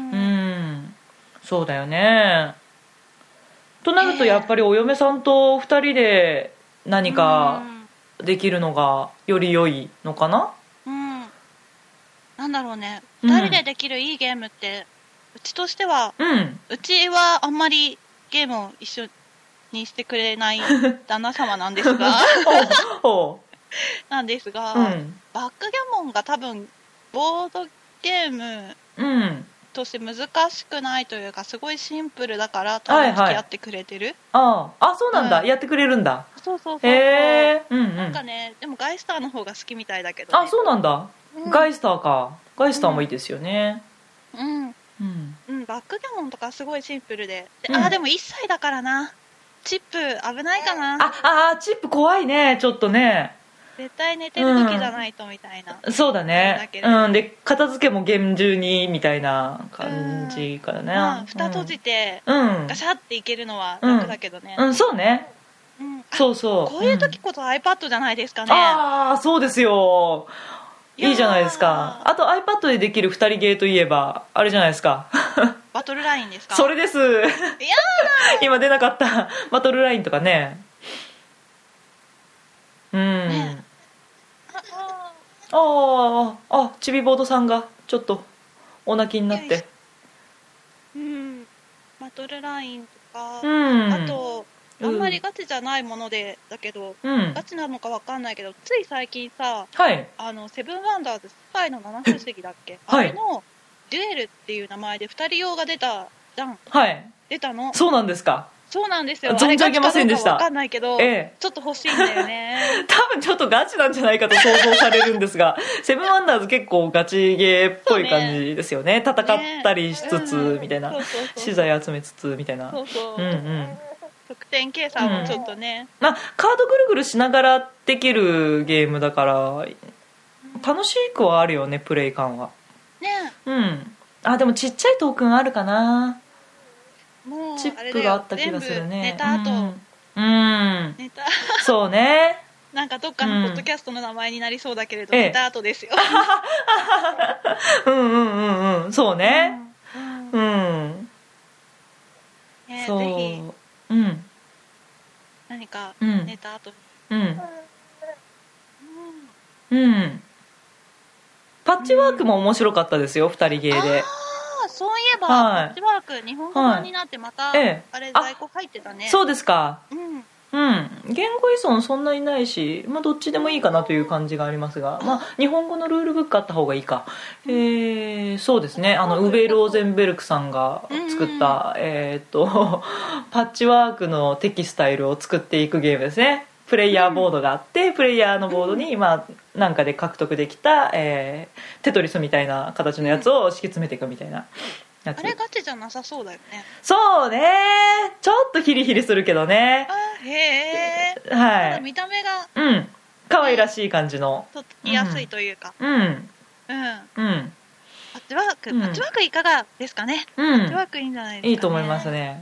Speaker 1: そうだよね。となるとやっぱりお嫁さんと2人で何かできるのがより良いのかな。
Speaker 3: なんだろうね、2人でできるいいゲームって、うちとしては、うちはあんまりゲームを一緒にしてくれない旦那様なんですがバックギャモンが多分ボードゲームとして難しくないというか、すごいシンプルだから多分付き合ってくれてる。
Speaker 1: そうなんだ、やってくれるんだ。
Speaker 3: そうなんかね、でもガイスターの方が好きみたいだけどね。
Speaker 1: そうなんだ。ガイスターか。ガイスターもいいですよね。
Speaker 3: バックギャモンとかすごいシンプルで、でも1歳だからな、チップ危ないかな。
Speaker 1: チップ怖いね、ちょっとね。
Speaker 3: 絶対寝てる時じゃないとみたいな。
Speaker 1: そうだね。で片付けも厳重にみたいな感じからね。
Speaker 3: 蓋閉じてガシャっていけるのは楽だけどね。
Speaker 1: そうね。そう
Speaker 3: こういう時こそ iPad じゃないですかね。
Speaker 1: そうですよ。 いいじゃないですか。あと iPad でできる2人ゲーといえばあれじゃないですか。
Speaker 3: バトルラインですか？
Speaker 1: それです。今出なかったバトルラインとかね。ね、あちびボードさんがちょっとお泣きになって、
Speaker 3: バトルラインとか、あとあんまりガチじゃないものでだけど、ガチなのかわかんないけど、つい最近さ、セブンワンダーズ世界の七不思議だっけ、あれのデュエルっていう名前で2人用が出たじゃん。出たの。
Speaker 1: そうなんですか。
Speaker 3: そうなんですよ。
Speaker 1: 存じ上げませんでした。
Speaker 3: わかんないけど、ちょっと欲しいんだよね。
Speaker 1: 多分ちょっとガチなんじゃないかと想像されるんですが、セブンワンダーズ結構ガチゲーっぽい感じですよね。戦ったりしつつみたいな、資材集めつつみたいな。
Speaker 3: 得点計算もちょっとね、
Speaker 1: カードぐるぐるしながらできるゲームだから楽しくはあるよね、プレイ感はね。でもちっちゃいトークンあるかな。もうチップがあった気がするね。
Speaker 3: 寝た後、寝た
Speaker 1: そうね。
Speaker 3: なんかどっかのポッドキャストの名前になりそうだけれど、寝た後ですよ。
Speaker 1: そうね。
Speaker 3: ぜひ何か寝た後に
Speaker 1: パッチワークも面白かったですよ、2人ゲーで。
Speaker 3: そういえば、パッチワーク日本語版になってまた、あれ在庫入ってたね。
Speaker 1: そうですか。言語依存そんなにないし、どっちでもいいかなという感じがありますが、日本語のルールブックあった方がいいか。そうですね、ウベ・ローゼンベルクさんが作った、パッチワークのテキスタイルを作っていくゲームですね。プレイヤーボードがあって、プレイヤーのボードになんかで獲得できた、テトリスみたいな形のやつを敷き詰めていくみたいなやつ。
Speaker 3: あれガチじゃなさそうだよね。
Speaker 1: そうね、ちょっとヒリヒリするけどね。見た目が可愛らしい感じの、
Speaker 3: とっつきやすいというか。パッチワークいかがですかね。パッチワークいいんじゃないですかね。
Speaker 1: いいと思いますね。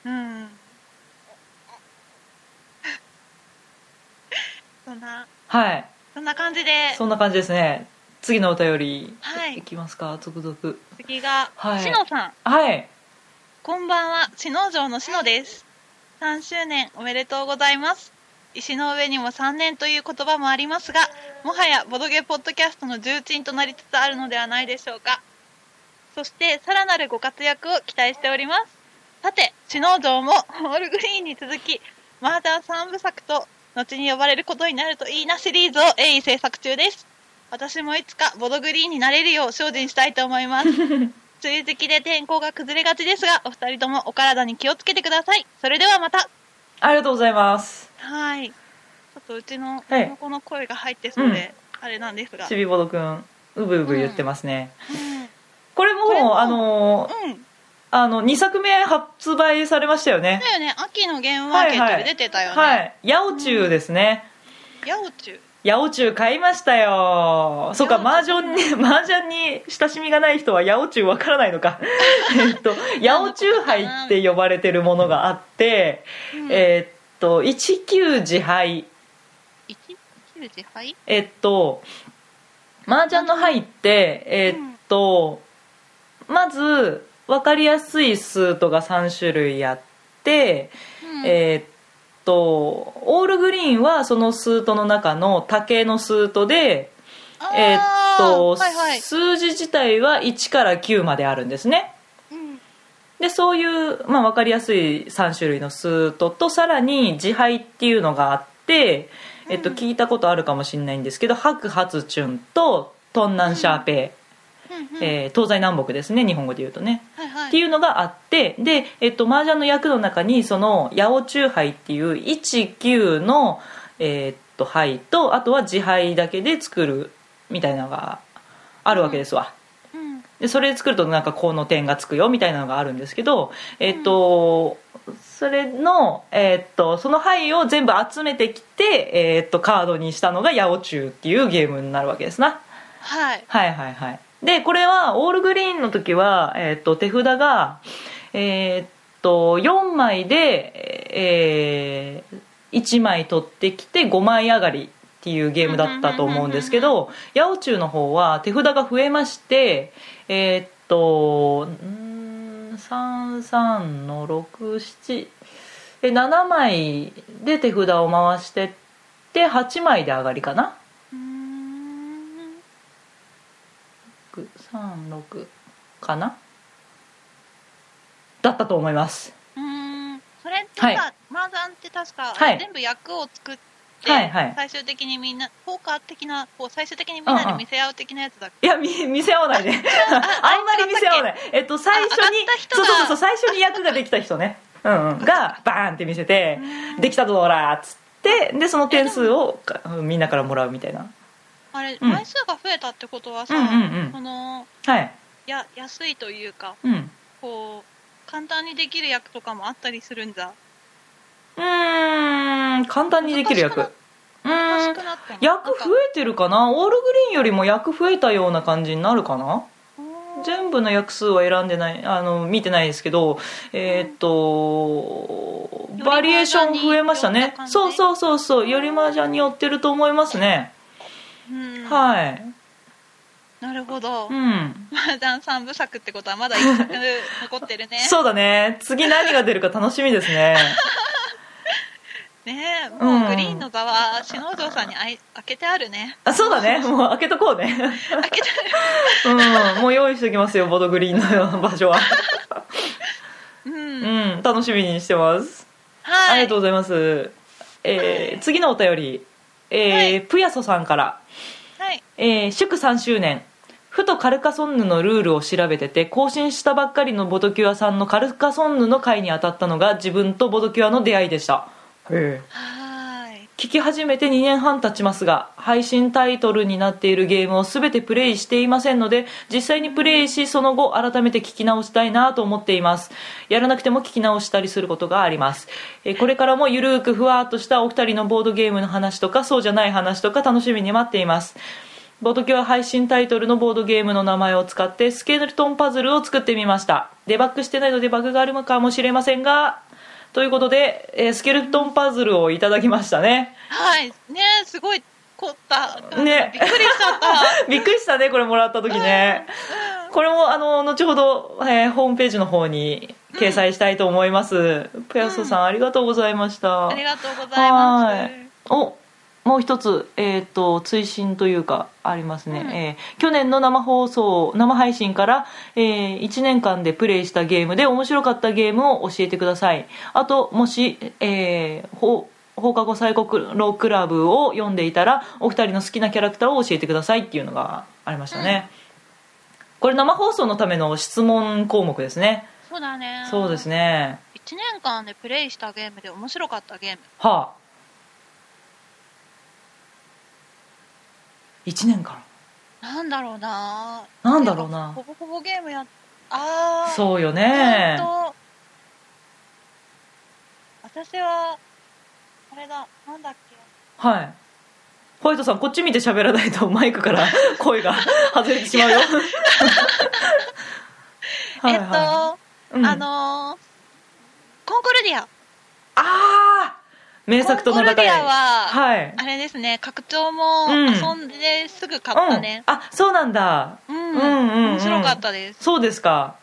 Speaker 3: そんな感じで。
Speaker 1: そんな感じですね。次のお便りいきますか。続々。
Speaker 3: 次がしのさん。こんばんは、篠城のしのです。3周年おめでとうございます。石の上にも3年という言葉もありますが、もはやボドゲポッドキャストの重鎮となりつつあるのではないでしょうか。そしてさらなるご活躍を期待しております。さて、篠城もオールグリーンに続きマージャン3部作と後に呼ばれることになるといいなシリーズを鋭意制作中です。私もいつかボドグリーンになれるよう精進したいと思います。梅雨時期で天候が崩れがちですが、お二人ともお体に気をつけてください。それではまた。
Speaker 1: ありがとうございます。
Speaker 3: ちょっとうちの子の声が入ってそうで、あれなんですが、
Speaker 1: ちびボドくんうぶうぶ言ってますね。これも2作目発売されましたよね。
Speaker 3: だよね、秋のゲームマーケットで出てたよね。
Speaker 1: ヤオチュウですね。
Speaker 3: ヤオチュウ。
Speaker 1: ヤオチュウ買いましたよ。そうか、麻雀に親しみがない人はヤオチュウわからないのか。ヤオチュウ杯って呼ばれてるものがあって、19自敗。
Speaker 3: 19自敗？
Speaker 1: 麻雀の牌って、まず分かりやすいスートが3種類あって、オールグリーンはそのスートの中の竹のスートで、数字自体は1から9まであるんですね。でそういう、分かりやすい3種類のスートと、さらに自敗っていうのがあって、聞いたことあるかもしれないんですけど、白髪チュンとトンナンシャーペイ、東西南北ですね、日本語で言うとね、っていうのがあって、で、麻雀の役の中にその八百中杯っていう19の、杯と、あとは自杯だけで作るみたいなのがあるわけですわ。でそれで作るとなんかこの点がつくよみたいなのがあるんですけど、それの、その牌を全部集めてきて、カードにしたのが八百中っていうゲームになるわけですな。でこれはオールグリーンの時は、手札が、4枚で、1枚取ってきて5枚上がりっっていうゲームだったと思うんですけど、ヤオチュウの方は手札が増えまして、33の67、7枚で手札を回してって8枚で上がりかな。36かなだったと思います。
Speaker 3: それってさ、はい、マージャンって確か、はい、全部役を作って、はいはい、最終的にみんなポーカー的なこう最終的にみんなで見せ合う的なやつだっけ？
Speaker 1: いや見せ合わないねあんまり見せ合わない。最初にそう最初に役ができた人ね、がバーンって見せてできたぞーらーっつってでその点数をみんなからもらうみたいな。
Speaker 3: あれ、枚数が増えたってことはさ、その、はい、安いというか、こう簡単にできる役とかもあったりするんだ。
Speaker 1: 簡単にできる役、役増えてるかな。オールグリーンよりも役増えたような感じになるかな。全部の役数は選んでない見てないですけど、バリエーション増えましたね。そうより麻雀に寄ってると思いますね。はい。
Speaker 3: なるほど。麻雀3部作ってことはまだ1作残ってるね
Speaker 1: そうだね。次何が出るか楽しみですね
Speaker 3: ねえ、もうグリーンの座は篠城さんに開けてあるね。
Speaker 1: そうだね、もう開けとこうね
Speaker 3: 開けてあ
Speaker 1: るもう用意しておきますよ、ボードグリーンの場所は楽しみにしてます。はい、ありがとうございます。次のお便り、プヤソさんから、祝3周年、ふとカルカソンヌのルールを調べてて更新したばっかりのボドキュアさんのカルカソンヌの回に当たったのが自分とボドキュアの出会いでした。聞き始めて2年半経ちますが配信タイトルになっているゲームを全てプレイしていませんので実際にプレイしその後改めて聞き直したいなと思っています。やらなくても聞き直したりすることがあります。これからもゆるーくふわーっとしたお二人のボードゲームの話とかそうじゃない話とか楽しみに待っています。ボードキュア配信タイトルのボードゲームの名前を使ってスケルトンパズルを作ってみました。デバッグしてないのでバグがあるのかもしれませんがということで、スケルトンパズルをいただきましたね。
Speaker 3: はいね、すごい凝ったね。びっくりしちゃった
Speaker 1: びっくりしたね、これもらった時ね。これも後ほど、ホームページの方に掲載したいと思います。プヤソさん、ありがとうございました。
Speaker 3: ありがとうございます。
Speaker 1: もう一つ、追伸というかありますね。去年の生配信から、1年間でプレイしたゲームで面白かったゲームを教えてください。あともし、放課後サイコロクラブを読んでいたらお二人の好きなキャラクターを教えてくださいっていうのがありましたね。これ生放送のための質問項目ですね。
Speaker 3: そうだね。
Speaker 1: そうですね。
Speaker 3: 1年間でプレイしたゲームで面白かったゲーム。
Speaker 1: 1年間
Speaker 3: なんだろうな。
Speaker 1: ほ
Speaker 3: ぼほぼゲーム
Speaker 1: そうよね。
Speaker 3: 私はあれだ、なんだっけ。
Speaker 1: はい。ホワイトさんこっち見て喋らないとマイクから声が外れてしまうよ
Speaker 3: コンコルディア。
Speaker 1: 名作と名高い。
Speaker 3: コンコルディアは、あれですね、拡張も遊んですぐ買ったね。
Speaker 1: そうなんだ。
Speaker 3: 面白かったです。
Speaker 1: そうですか。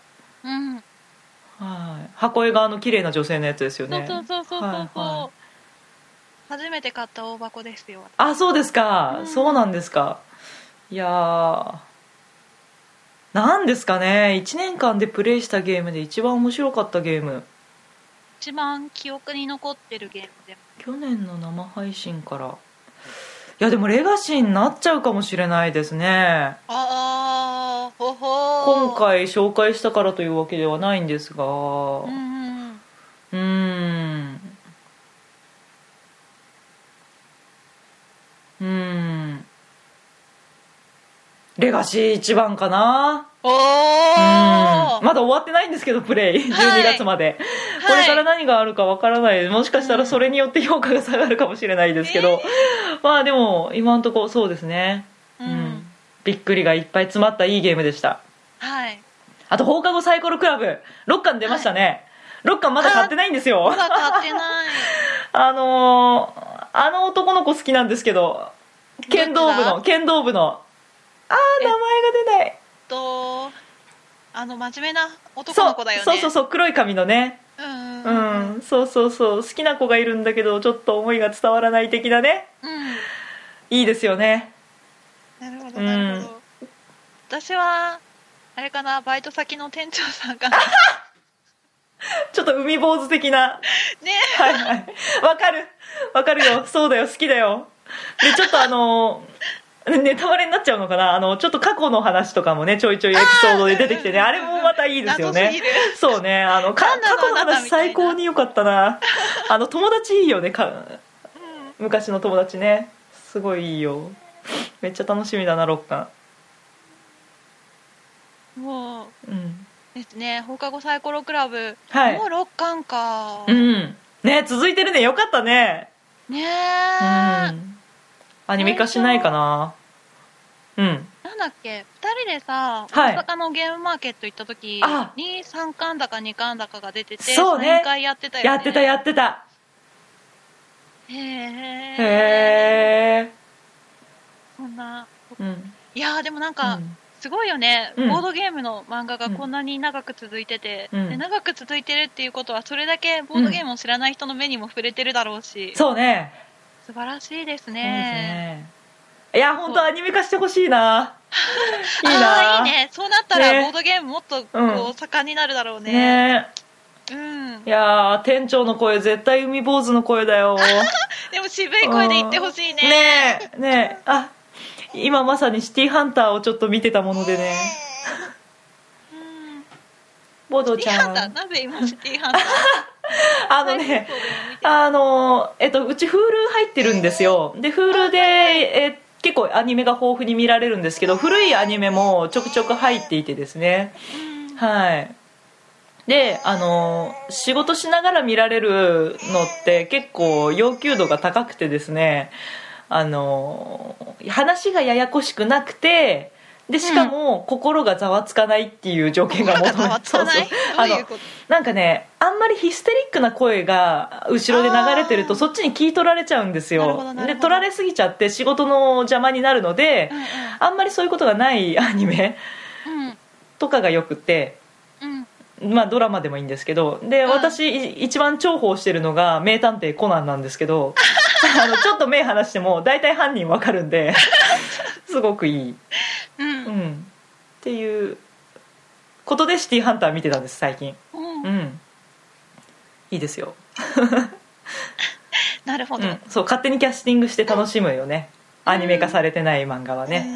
Speaker 1: 箱絵側の綺麗な女性のやつですよね。
Speaker 3: そう初めて買った大箱ですよ。
Speaker 1: そうですか。そうなんですか。いやなんですかね、1年間でプレイしたゲームで一番面白かったゲーム、
Speaker 3: 一番記憶に残ってるゲームでも
Speaker 1: 去年の生配信から、いやでもレガシーになっちゃうかもしれないですね。今回紹介したからというわけではないんですが、レガシー一番かな。まだ終わってないんですけどプレイ、12月まで、これから何があるかわからない。もしかしたらそれによって評価が下がるかもしれないですけど、でも今のところそうですね、びっくりがいっぱい詰まったいいゲームでした。あと放課後サイコロクラブ6巻出ましたね。6巻まだ買ってないんですよ。
Speaker 3: まだ買ってない
Speaker 1: あの男の子好きなんですけど、 剣道部の名前が出ない。
Speaker 3: 真面目な男の子だよね。
Speaker 1: そう黒い髪のね。そう好きな子がいるんだけどちょっと思いが伝わらない的なね。いいですよね。
Speaker 3: なるほどなるほど。私はあれかな、バイト先の店長さんかな。
Speaker 1: ちょっと海坊主的なね。はいわかるよ。そうだよ、好きだよ。でちょっとネタバレになっちゃうのかな。ちょっと過去の話とかもねちょいちょいエピソードで出てきてね、あれもまたいいですよね。そうね、過去の話最高に良かったな。友達いいよね、昔の友達ね、すごいいいよ。めっちゃ楽しみだな、6巻。
Speaker 3: もう、ですね、放課後サイコロクラブ、もう6巻か。
Speaker 1: ね、続いてるね。よかったね。
Speaker 3: ねえ、
Speaker 1: アニメ化しないかな。
Speaker 3: なんだっけ、2人でさ、大阪のゲームマーケット行った時に3巻だか2巻だかが出てて、
Speaker 1: そうね、
Speaker 3: 3回やってたよね。
Speaker 1: やってた。へえ。
Speaker 3: そんな、いやでもなんか、すごいよね、ボードゲームの漫画がこんなに長く続いてて、で長く続いてるっていうことはそれだけボードゲームを知らない人の目にも触れてるだろうし、
Speaker 1: そうね、
Speaker 3: 素晴らしいですね。
Speaker 1: いや本当アニメ化してほしいな。いいな。
Speaker 3: いいね。そうなったらボードゲームもっとこう盛んになるだろうね。
Speaker 1: いや店長の声絶対海坊主の声だよ。
Speaker 3: でも渋い声で言ってほしいね。
Speaker 1: ねえ、今まさにシティハンターをちょっと見てたものでね。ボドちゃん。
Speaker 3: なぜ今シティハンター？
Speaker 1: うち Hulu 入ってるんですよ。で Hulu で、結構アニメが豊富に見られるんですけど、古いアニメもちょくちょく入っていてですね。で仕事しながら見られるのって結構要求度が高くてですね、話がややこしくなくて、でしかも心がざわつかないっていう条件が求められて、なんかね、あんまりヒステリックな声が後ろで流れてるとそっちに聞い取られちゃうんですよ。で取られすぎちゃって仕事の邪魔になるので、あんまりそういうことがないアニメとかがよくて、ドラマでもいいんですけど、で私一番重宝してるのが名探偵コナンなんですけどちょっと目離しても大体犯人わかるんですごくいい、っていうことでシティハンター見てたんです最近。いいですよ。
Speaker 3: なるほど、
Speaker 1: そう勝手にキャスティングして楽しむよね、アニメ化されてない漫画はね。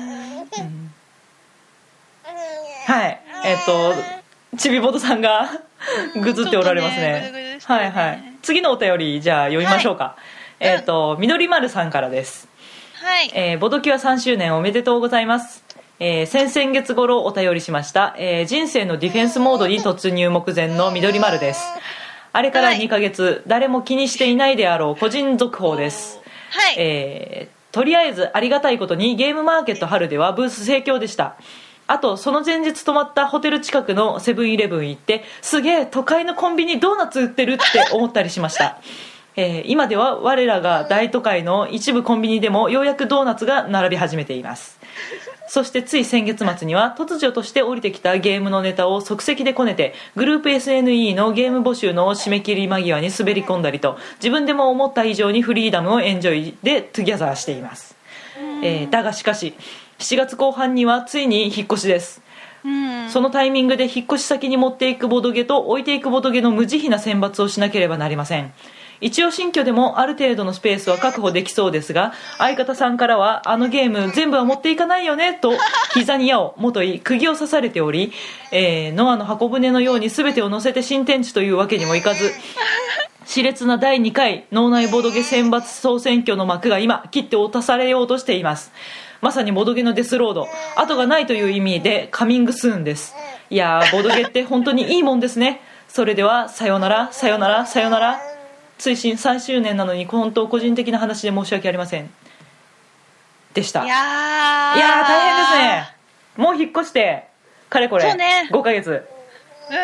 Speaker 1: ちびぼとさんがぐずっておられますね。次のお便りじゃあ読みましょうか。みどりまるさんからです。ボドキュア3周年おめでとうございます。先々月頃お便りしました、人生のディフェンスモードに突入目前のみどりまるです。あれから2ヶ月、誰も気にしていないであろう個人続報です。とりあえずありがたいことにゲームマーケット春ではブース盛況でした。あとその前日泊まったホテル近くのセブンイレブン行って、すげえ都会のコンビニドーナツ売ってるって思ったりしました。今では我らが大都会の一部コンビニでもようやくドーナツが並び始めています。そしてつい先月末には突如として降りてきたゲームのネタを即席でこねて、グループ SNE のゲーム募集の締め切り間際に滑り込んだりと、自分でも思った以上にフリーダムをエンジョイでトゥギャザーしています。だがしかし7月後半にはついに引っ越しです。そのタイミングで引っ越し先に持っていくボドゲと置いていくボドゲの無慈悲な選抜をしなければなりません。一応新居でもある程度のスペースは確保できそうですが、相方さんからはあのゲーム全部は持っていかないよねと膝に矢をもとい釘を刺されており、ノアの箱舟のように全てを乗せて新天地というわけにもいかず、熾烈な第2回脳内ボドゲ選抜総選挙の幕が今切って落とされようとしています。まさにボドゲのデスロード、後がないという意味でカミングスーンです。いやー、ボドゲって本当にいいもんですね。それではさよならさよならさよなら。追伸3周年なのに本当個人的な話で申し訳ありませんでした。いや大変ですね。もう引っ越してかれこれ5ヶ月。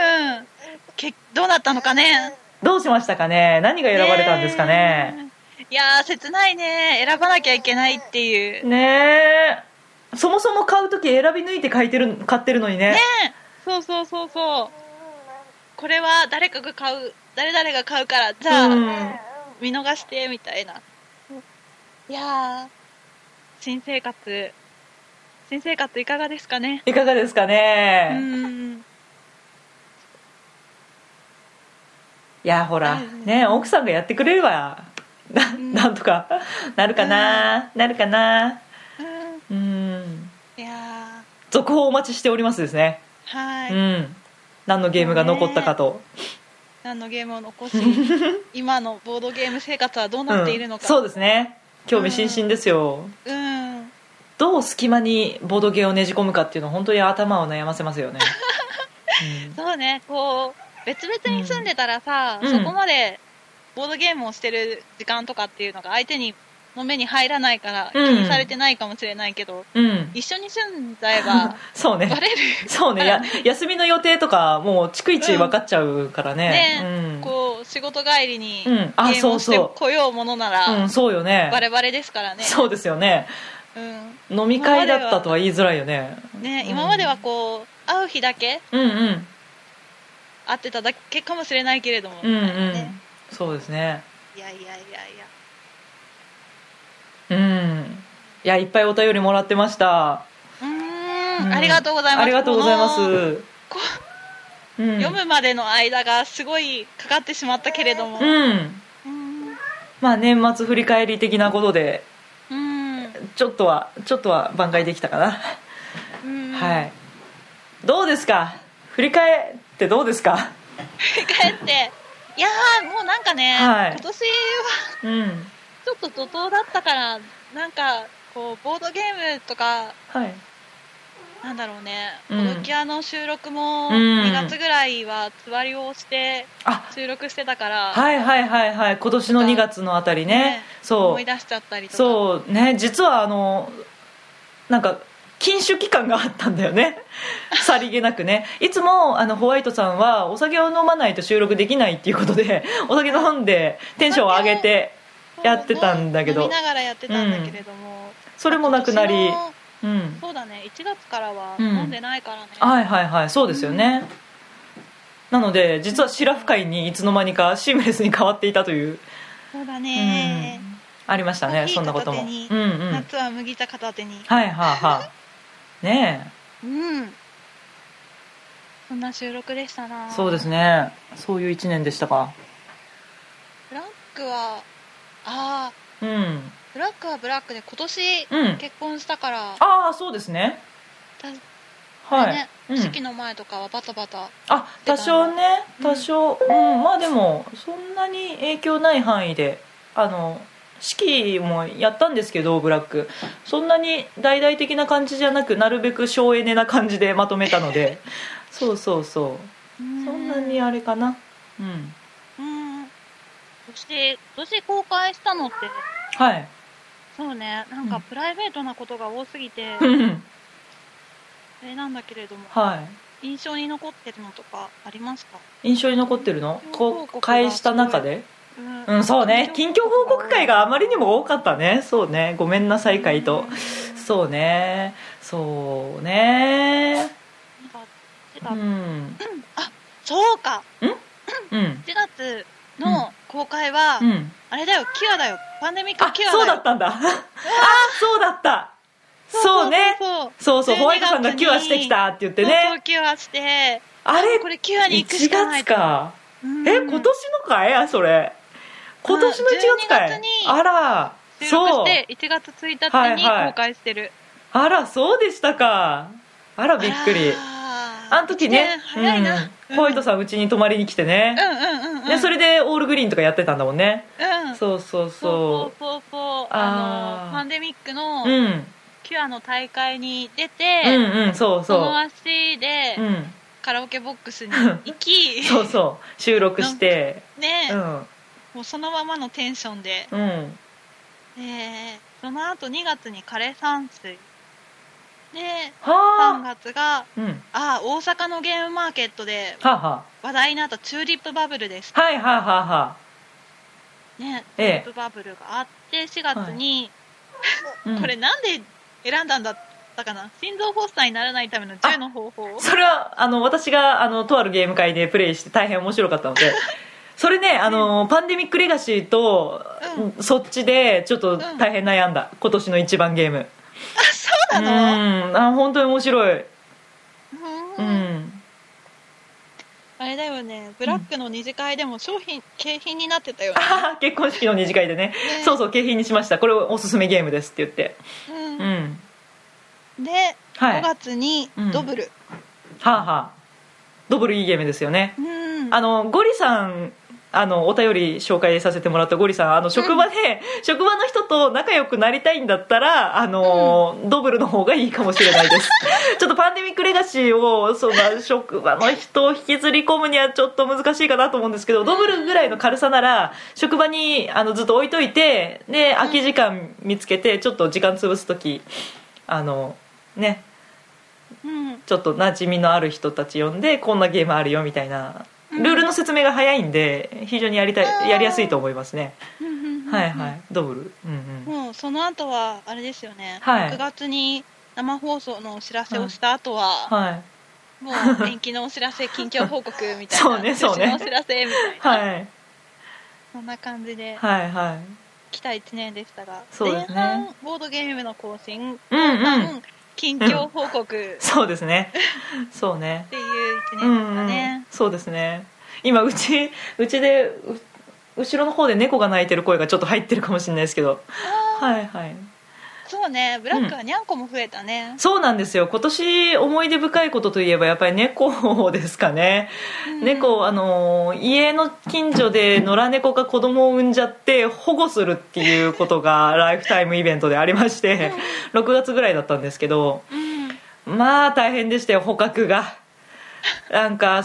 Speaker 3: どうなったのかね。
Speaker 1: どうしましたかね。何が選ばれたんですかね。
Speaker 3: いやー切ないね。選ばなきゃいけないっていう
Speaker 1: ねえ。そもそも買うとき選び抜いて買ってるのにね。
Speaker 3: ねえ、そうそうそうそう。これは誰々が買うからじゃあ、見逃してみたいな。いやー、新生活いかがですかね。
Speaker 1: いかがですかね。いやほらね、奥さんがやってくれればなんとかなるかな、いや続報お待ちしておりますですね。
Speaker 3: はい、
Speaker 1: 何のゲームが残ったかと、
Speaker 3: 何のゲームを残し今のボードゲーム生活はどうなっているのか、
Speaker 1: そうですね、興味津々ですよ。どう隙間にボードゲーをねじ込むかっていうのは本当に頭を悩ませますよね。
Speaker 3: そうね、こう別々に住んでたらさ、そこまでボードゲームをしてる時間とかっていうのが相手の目に入らないから気にされてないかもしれないけど、一緒に住んじゃえば
Speaker 1: そうね、
Speaker 3: バレる
Speaker 1: そうね、休みの予定とかもう逐一分かっちゃうからね。
Speaker 3: こう仕事帰りにゲームをしてこようものなら、
Speaker 1: そうよね、
Speaker 3: バレバレですからね。
Speaker 1: そうですよね。飲み会だったとは言いづらいよね。
Speaker 3: 今まではこう会う日だけ会ってただけかもしれないけれども、
Speaker 1: そうですね。
Speaker 3: いや
Speaker 1: いや、いっぱいお便りもらってました。
Speaker 3: ありがとうございます。
Speaker 1: ありがとうございます。
Speaker 3: 読むまでの間がすごいかかってしまったけれども、
Speaker 1: まあ年末振り返り的なことでちょっとは挽回できたかな。はい。どうですか、振り返ってどうですか。
Speaker 3: 振り返って、いやーもうなんかね、今年はちょっと怒涛だったから、なんかこうボードゲームとか、なんだろうね、ボドキャの収録も2月ぐらいはつわりをして収録してたから、
Speaker 1: 今年の2月のあたりね、そう
Speaker 3: 思い出しちゃったりとか、
Speaker 1: そうね、実はなんか禁酒期間があったんだよね。さりげなくね、いつもホワイトさんはお酒を飲まないと収録できないっていうことでお酒飲んでテンションを上げてやってたんだけど、
Speaker 3: 飲みながらやってたんだけれども、
Speaker 1: それもなくなり、
Speaker 3: そうだね、1月からは飲んでないからね。
Speaker 1: そうですよね。なので実はシラフ会にいつの間にかシームレスに変わっていたという。
Speaker 3: そうだね、
Speaker 1: ありましたね、そんなことも。
Speaker 3: 夏は麦茶片手に。
Speaker 1: ねえ、
Speaker 3: そんな収録でしたな。
Speaker 1: そうですね、そういう1年でしたか。
Speaker 3: ブラックはブラックはブラックで今年結婚したから、
Speaker 1: そうですね、
Speaker 3: 式の前とかはバタバタ、
Speaker 1: 多少ね、多少、まあでもそんなに影響ない範囲で、式もやったんですけど、ブラックそんなに大々的な感じじゃなく、なるべく省エネな感じでまとめたのでそうそんなにあれかな。
Speaker 3: そして今年公開したのって、そうね、なんかプライベートなことが多すぎてあれなんだけれども、印象に残ってるのとかありますか？
Speaker 1: 印象に残ってるの、公開した中で。そうね、近況報告会があまりにも多かったね。そうね、ごめんなさい会と、そうね
Speaker 3: そうか、1月の公開は、あれだよ、キュアだよ、パンデミックキュアだよ。
Speaker 1: そうだったんだ。そうだった。そうね、そうホワイトさんがキュアしてきたって言ってね。
Speaker 3: そうキュアして、
Speaker 1: あれ
Speaker 3: これキュアに行くしかないと。
Speaker 1: 1月か。今年のかい、それ今年の1月かい。あら、
Speaker 3: 収録して1月1日に公開してる。
Speaker 1: あら、そうでしたか。あら、びっくり。あの時ね、
Speaker 3: 早いな。
Speaker 1: ホワイトさんうちに泊まりに来てね、でそれでオールグリーンとかやってたんだもんね。そう
Speaker 3: パンデミックのキュアの大会に出て、その足でカラオケボックスに行き
Speaker 1: 収録して
Speaker 3: ね、もうそのままのテンションで、その後2月に枯山水で、3月が、大阪のゲームマーケットで話題になったチューリップバブルです。 ね、トップバブルがあって4月に、はいこれなんで選んだんだったかな、心臓発作にならないための10の方法。それは
Speaker 1: 私がとあるゲーム会でプレイして大変面白かったのでそれねパンデミックレガシーと、そっちでちょっと大変悩んだ、今年の一番ゲーム。
Speaker 3: あ、そうなの？
Speaker 1: 本当に面白い。
Speaker 3: あれだよね、ブラックの二次会でも景品になってたよね。
Speaker 1: 結婚式の二次会で ねそうそう、景品にしました、これおすすめゲームですって言って。
Speaker 3: で、はい、5月にドブル、
Speaker 1: ドブルいいゲームですよね。ゴリさんお便り紹介させてもらったゴリさん、職場の人と仲良くなりたいんだったらドブルの方がいいかもしれないですちょっとパンデミックレガシーを職場の人を引きずり込むにはちょっと難しいかなと思うんですけど、ドブルぐらいの軽さなら職場にずっと置いといて、で空き時間見つけてちょっと時間潰す時ね、ちょっと馴染みのある人たち呼んでこんなゲームあるよみたいなルールの説明が早いんで非常にやりやすいと思いますね。はいはい、ドブル、
Speaker 3: もうその後はあれですよね、6月に生放送のお知らせをした後は、もう延期のお知らせ近況報告みたいな
Speaker 1: そうね
Speaker 3: のお知らせみたいな、そんな感じで来た1年でしたが、前半ボードゲームの更新、近況報告
Speaker 1: そうですねそうね
Speaker 3: っていう1年ですかね。
Speaker 1: そうですね。今うちで後ろの方で猫が鳴いてる声がちょっと入ってるかもしれないですけど、
Speaker 3: そうね、ブラックはにゃんこも増えたね。
Speaker 1: そうなんですよ。今年思い出深いことといえばやっぱり猫ですかね。猫家の近所で野良猫が子供を産んじゃって保護するっていうことがライフタイムイベントでありまして6月ぐらいだったんですけど、まあ大変でしたよ、捕獲が。なんか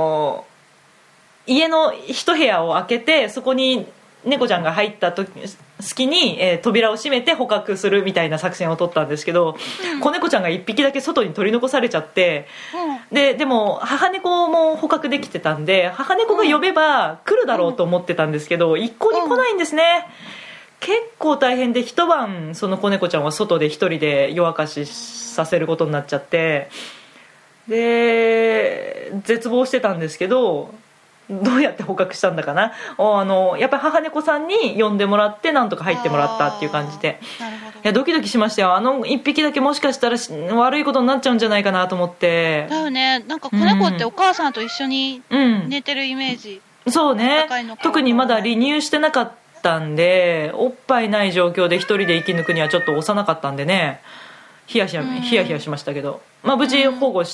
Speaker 1: 家の一部屋を開けてそこに猫ちゃんが入った隙に、扉を閉めて捕獲するみたいな作戦を取ったんですけど、子猫ちゃんが1匹だけ外に取り残されちゃって、でも母猫も捕獲できてたんで母猫が呼べば来るだろうと思ってたんですけど、一向に来ないんですね。結構大変で一晩その子猫ちゃんは外で一人で夜明かしさせることになっちゃって、で絶望してたんですけど、どうやって捕獲したんだかな、やっぱり母猫さんに呼んでもらってなんとか入ってもらったっていう感じで、いやドキドキしましたよ。1匹だけもしかしたら悪いことになっちゃうんじゃないかなと思って。
Speaker 3: だよね、なんか子猫ってお母さんと一緒に寝てるイメージ、
Speaker 1: そうね、特にまだ離乳してなかったんでおっぱいない状況で一人で生き抜くにはちょっと幼かったんでね、ヒヤヒヤしましたけど、無事保護して、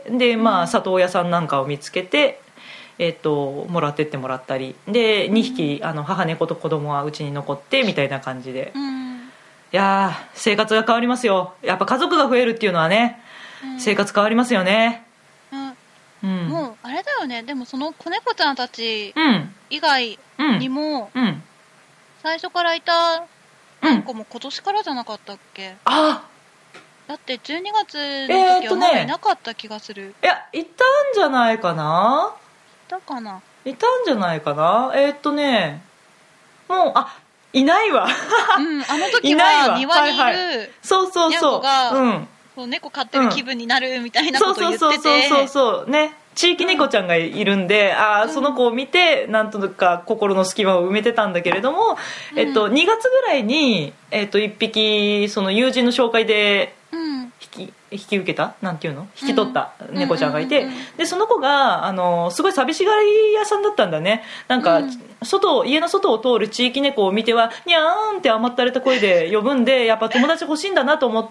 Speaker 1: で里親さんなんかを見つけてもらってってもらったりで、2匹母猫と子供はうちに残ってみたいな感じで、いや生活が変わりますよ。やっぱ家族が増えるっていうのはね、生活変わりますよね。
Speaker 3: もうあれだよね、でもその子猫ちゃんたち以外にも、最初からいた子も今年からじゃなかったっけ？だって12月の時はまだいなかった気がする。
Speaker 1: いや、いたんじゃないかな。いたんじゃないかな。もういないわ
Speaker 3: あの時は庭にいる猫が猫飼ってる気分になるみたいなことを言ってて、
Speaker 1: そうね、地域猫ちゃんがいるんで、その子を見てなんとか心の隙間を埋めてたんだけれども、2月ぐらいに、1匹その友人の紹介で引き受けたなんていうの引き取った猫ちゃんがいて、でその子がすごい寂しがり屋さんだったんだね。なんか家の外を通る地域猫を見てはニャーンって甘ったれた声で呼ぶんで、やっぱ友達欲しいんだなと思って、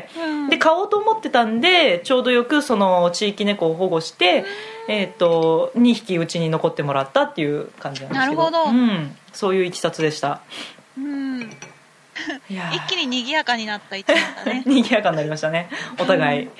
Speaker 1: で買おうと思ってたんで、ちょうどよくその地域猫を保護して、2匹うちに残ってもらったっていう感じなんですけど。なるほど、そういういきさつでした。
Speaker 3: 一気に賑やかになった一年だね
Speaker 1: 賑やかになりましたね、お互い。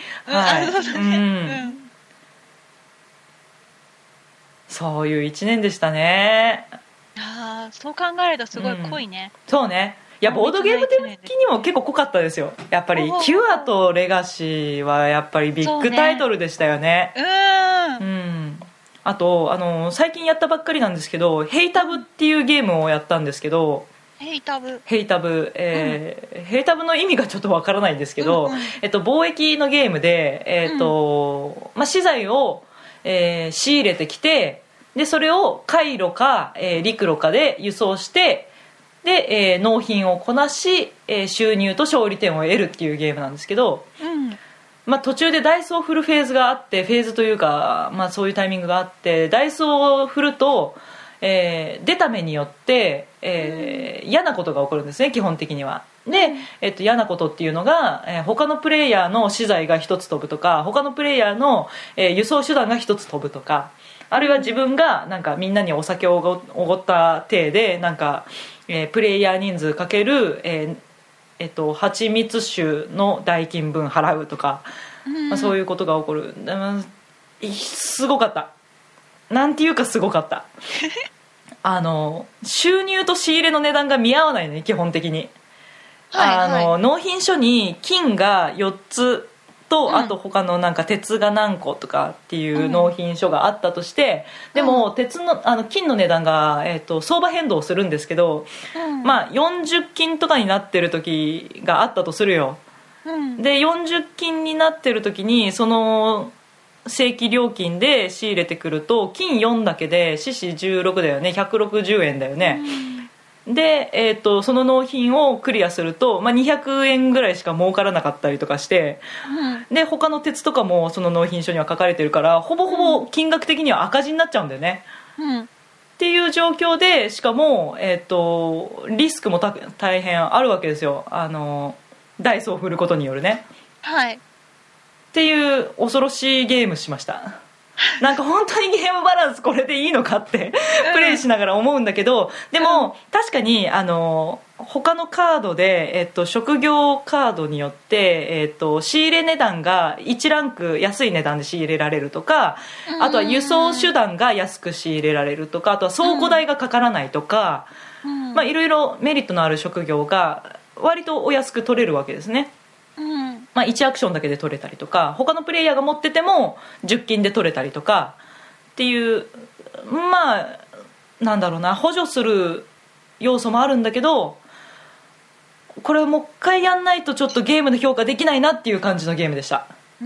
Speaker 1: そういう一年でしたね。
Speaker 3: そう考えるとすごい濃いね。
Speaker 1: そうね、いやボードゲーム的にも結構濃かったですよ。やっぱりキュアとレガシーはやっぱりビッグタイトルでしたよね。 あと最近やったばっかりなんですけど、ヘイタブっていうゲームをやったんですけど、ヘイタブ、ヘイタブの意味がちょっとわからないんですけど、貿易のゲームで、資材を、仕入れてきて、でそれを海路か、陸路かで輸送して、で、納品をこなし、収入と勝利点を得るっていうゲームなんですけど、途中でダイスを振るフェーズがあって、フェーズというか、そういうタイミングがあって、ダイスを振ると、出た目によって、嫌なことが起こるんですね、基本的には。で、嫌なことっていうのが、他のプレイヤーの資材が一つ飛ぶとか、他のプレイヤーの、輸送手段が一つ飛ぶとか、あるいは自分がなんかみんなにお酒をおごった体でなんか、プレイヤー人数かける、蜂蜜酒の代金分払うとか、そういうことが起こる。すごかった。なんていうかすごかった収入と仕入れの値段が見合わないね、基本的に。納品書に金が4つと、あと他のなんか鉄が何個とかっていう納品書があったとして、でも金の値段が、相場変動するんですけど、40金とかになってる時があったとするよ。で40金になってる時にその正規料金で仕入れてくると、金4だけで四四16だよね、160円だよね。で、その納品をクリアすると、200円ぐらいしか儲からなかったりとかして、で他の鉄とかもその納品書には書かれてるから、ほぼほぼ金額的には赤字になっちゃうんだよね。っていう状況で、しかも、リスクも大変あるわけですよ、ダイスを振ることによるね。っていう恐ろしいゲームしました。なんか本当にゲームバランスこれでいいのかってプレイしながら思うんだけど、でも確かに他のカードで、職業カードによって、仕入れ値段が1ランク安い値段で仕入れられるとか、あとは輸送手段が安く仕入れられるとか、あとは倉庫代がかからないとか、いろいろメリットのある職業が割とお安く取れるわけですね。1アクションだけで取れたりとか、他のプレイヤーが持ってても10金で取れたりとかっていう、なんだろうな、補助する要素もあるんだけど、これをもう一回やんないとちょっとゲームの評価できないなっていう感じのゲームでした。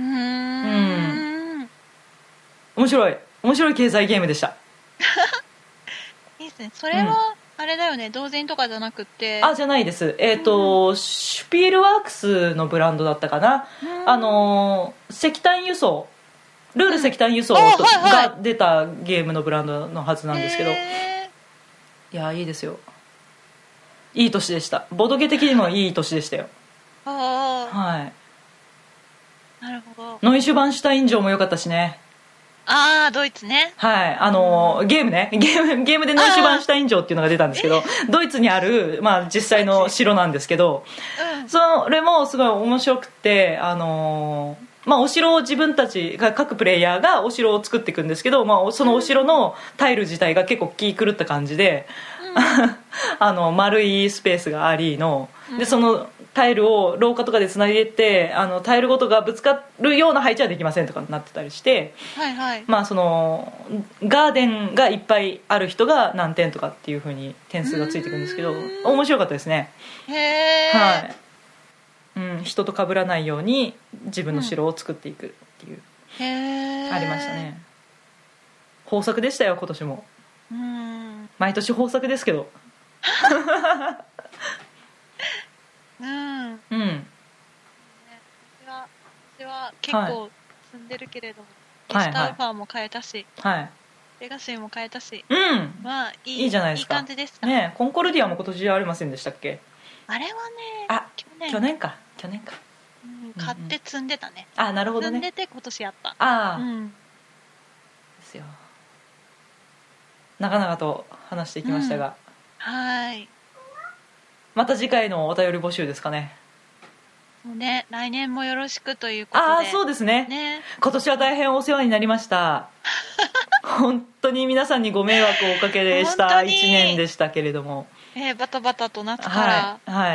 Speaker 1: 面白い経済ゲームでした
Speaker 3: いいですね。それはあれだよね、同人とかじゃなくて。
Speaker 1: じゃないです。シュピールワークスのブランドだったかな。石炭輸送、ルール石炭輸送が出たゲームのブランドのはずなんですけど、いやいいですよ。いい年でした。ボドゲ的にもいい年でしたよ。なるほど。ノイシュバンシュタイン城も良かったしね。
Speaker 3: ドイツね。
Speaker 1: ゲームね、ゲームでノイシュバンシュタイン城っていうのが出たんですけど、ドイツにある、実際の城なんですけど、それもすごい面白くて、お城を自分たちが、各プレイヤーがお城を作っていくんですけど、そのお城のタイル自体が結構気狂った感じで、丸いスペースがありので、そのタイルを廊下とかでつないでいって、タイルごとがぶつかるような配置はできませんとかになってたりして、そのガーデンがいっぱいある人が何点とかっていう風に点数がついてくるんですけど、面白かったですね。人と被らないように自分の城を作っていくっていう、ありましたね。豊作でしたよ、今年も。毎年豊作ですけど
Speaker 3: 私は結構積んでるけれども、ゲストアルファも変えたし、レガシーも変えたし、
Speaker 1: いいじゃないですか。
Speaker 3: いい感じでしたね。
Speaker 1: コンコルディアも今年ありませんでしたっけ？
Speaker 3: あれはね、
Speaker 1: 去年か、
Speaker 3: 買って積んでたね。
Speaker 1: なるほどね。
Speaker 3: 積んでて今年やった。
Speaker 1: ですよ。長々と話していきましたが、また次回のお便り募集ですかね。
Speaker 3: もうね、来年もよろしくということで。
Speaker 1: そうですね。今年は大変お世話になりました本当に皆さんにご迷惑をおかけした1年でしたけれども、
Speaker 3: バタバタと夏から、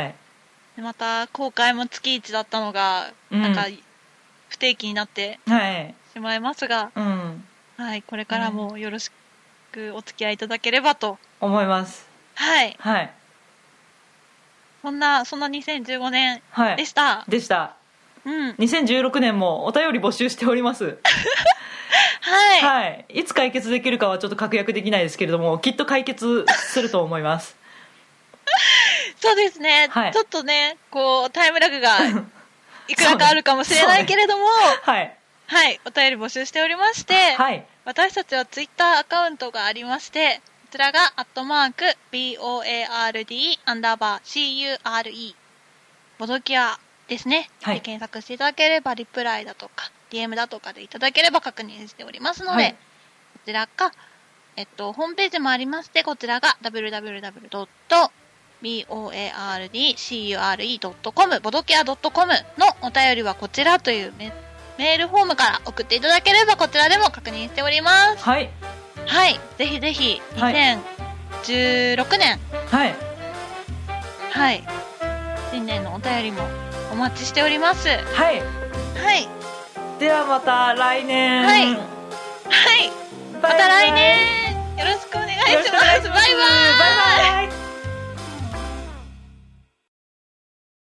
Speaker 3: でまた公開も月1だったのがなんか不定期になってしまいますが、 はい、これからもよろしくお付き合いいただければと
Speaker 1: 思います。
Speaker 3: はい、
Speaker 1: はい、
Speaker 3: そんな2015年でした、
Speaker 1: でした。
Speaker 3: うん、
Speaker 1: 2016年もお便り募集しております
Speaker 3: はい、
Speaker 1: はい、いつ解決できるかはちょっと確約できないですけれども、きっと解決すると思います
Speaker 3: そうですね、
Speaker 1: はい、
Speaker 3: ちょっとねこうタイムラグがいくらかあるかもしれないけれども、
Speaker 1: はい、はい、
Speaker 3: お便り募集しておりまして、
Speaker 1: はい、
Speaker 3: 私たちはツイッターアカウントがありまして、こちらが@BOARD_CURE ボドキアですね、はい、で検索していただければリプライだとか DM だとかでいただければ確認しておりますので、はい、こちらか、ホームページもありまして、こちらが www.boardcure.com ボドキア .com のお便りはこちらというメールフォームから送っていただければこちらでも確認しております。
Speaker 1: はい、
Speaker 3: はい、ぜひぜひ2016年、
Speaker 1: はい、
Speaker 3: はい、新年のお便りもお待ちしております。はい、
Speaker 1: はい、ではまた来年、
Speaker 3: はい、はい、また来年よろしくお願いします。バイバイ。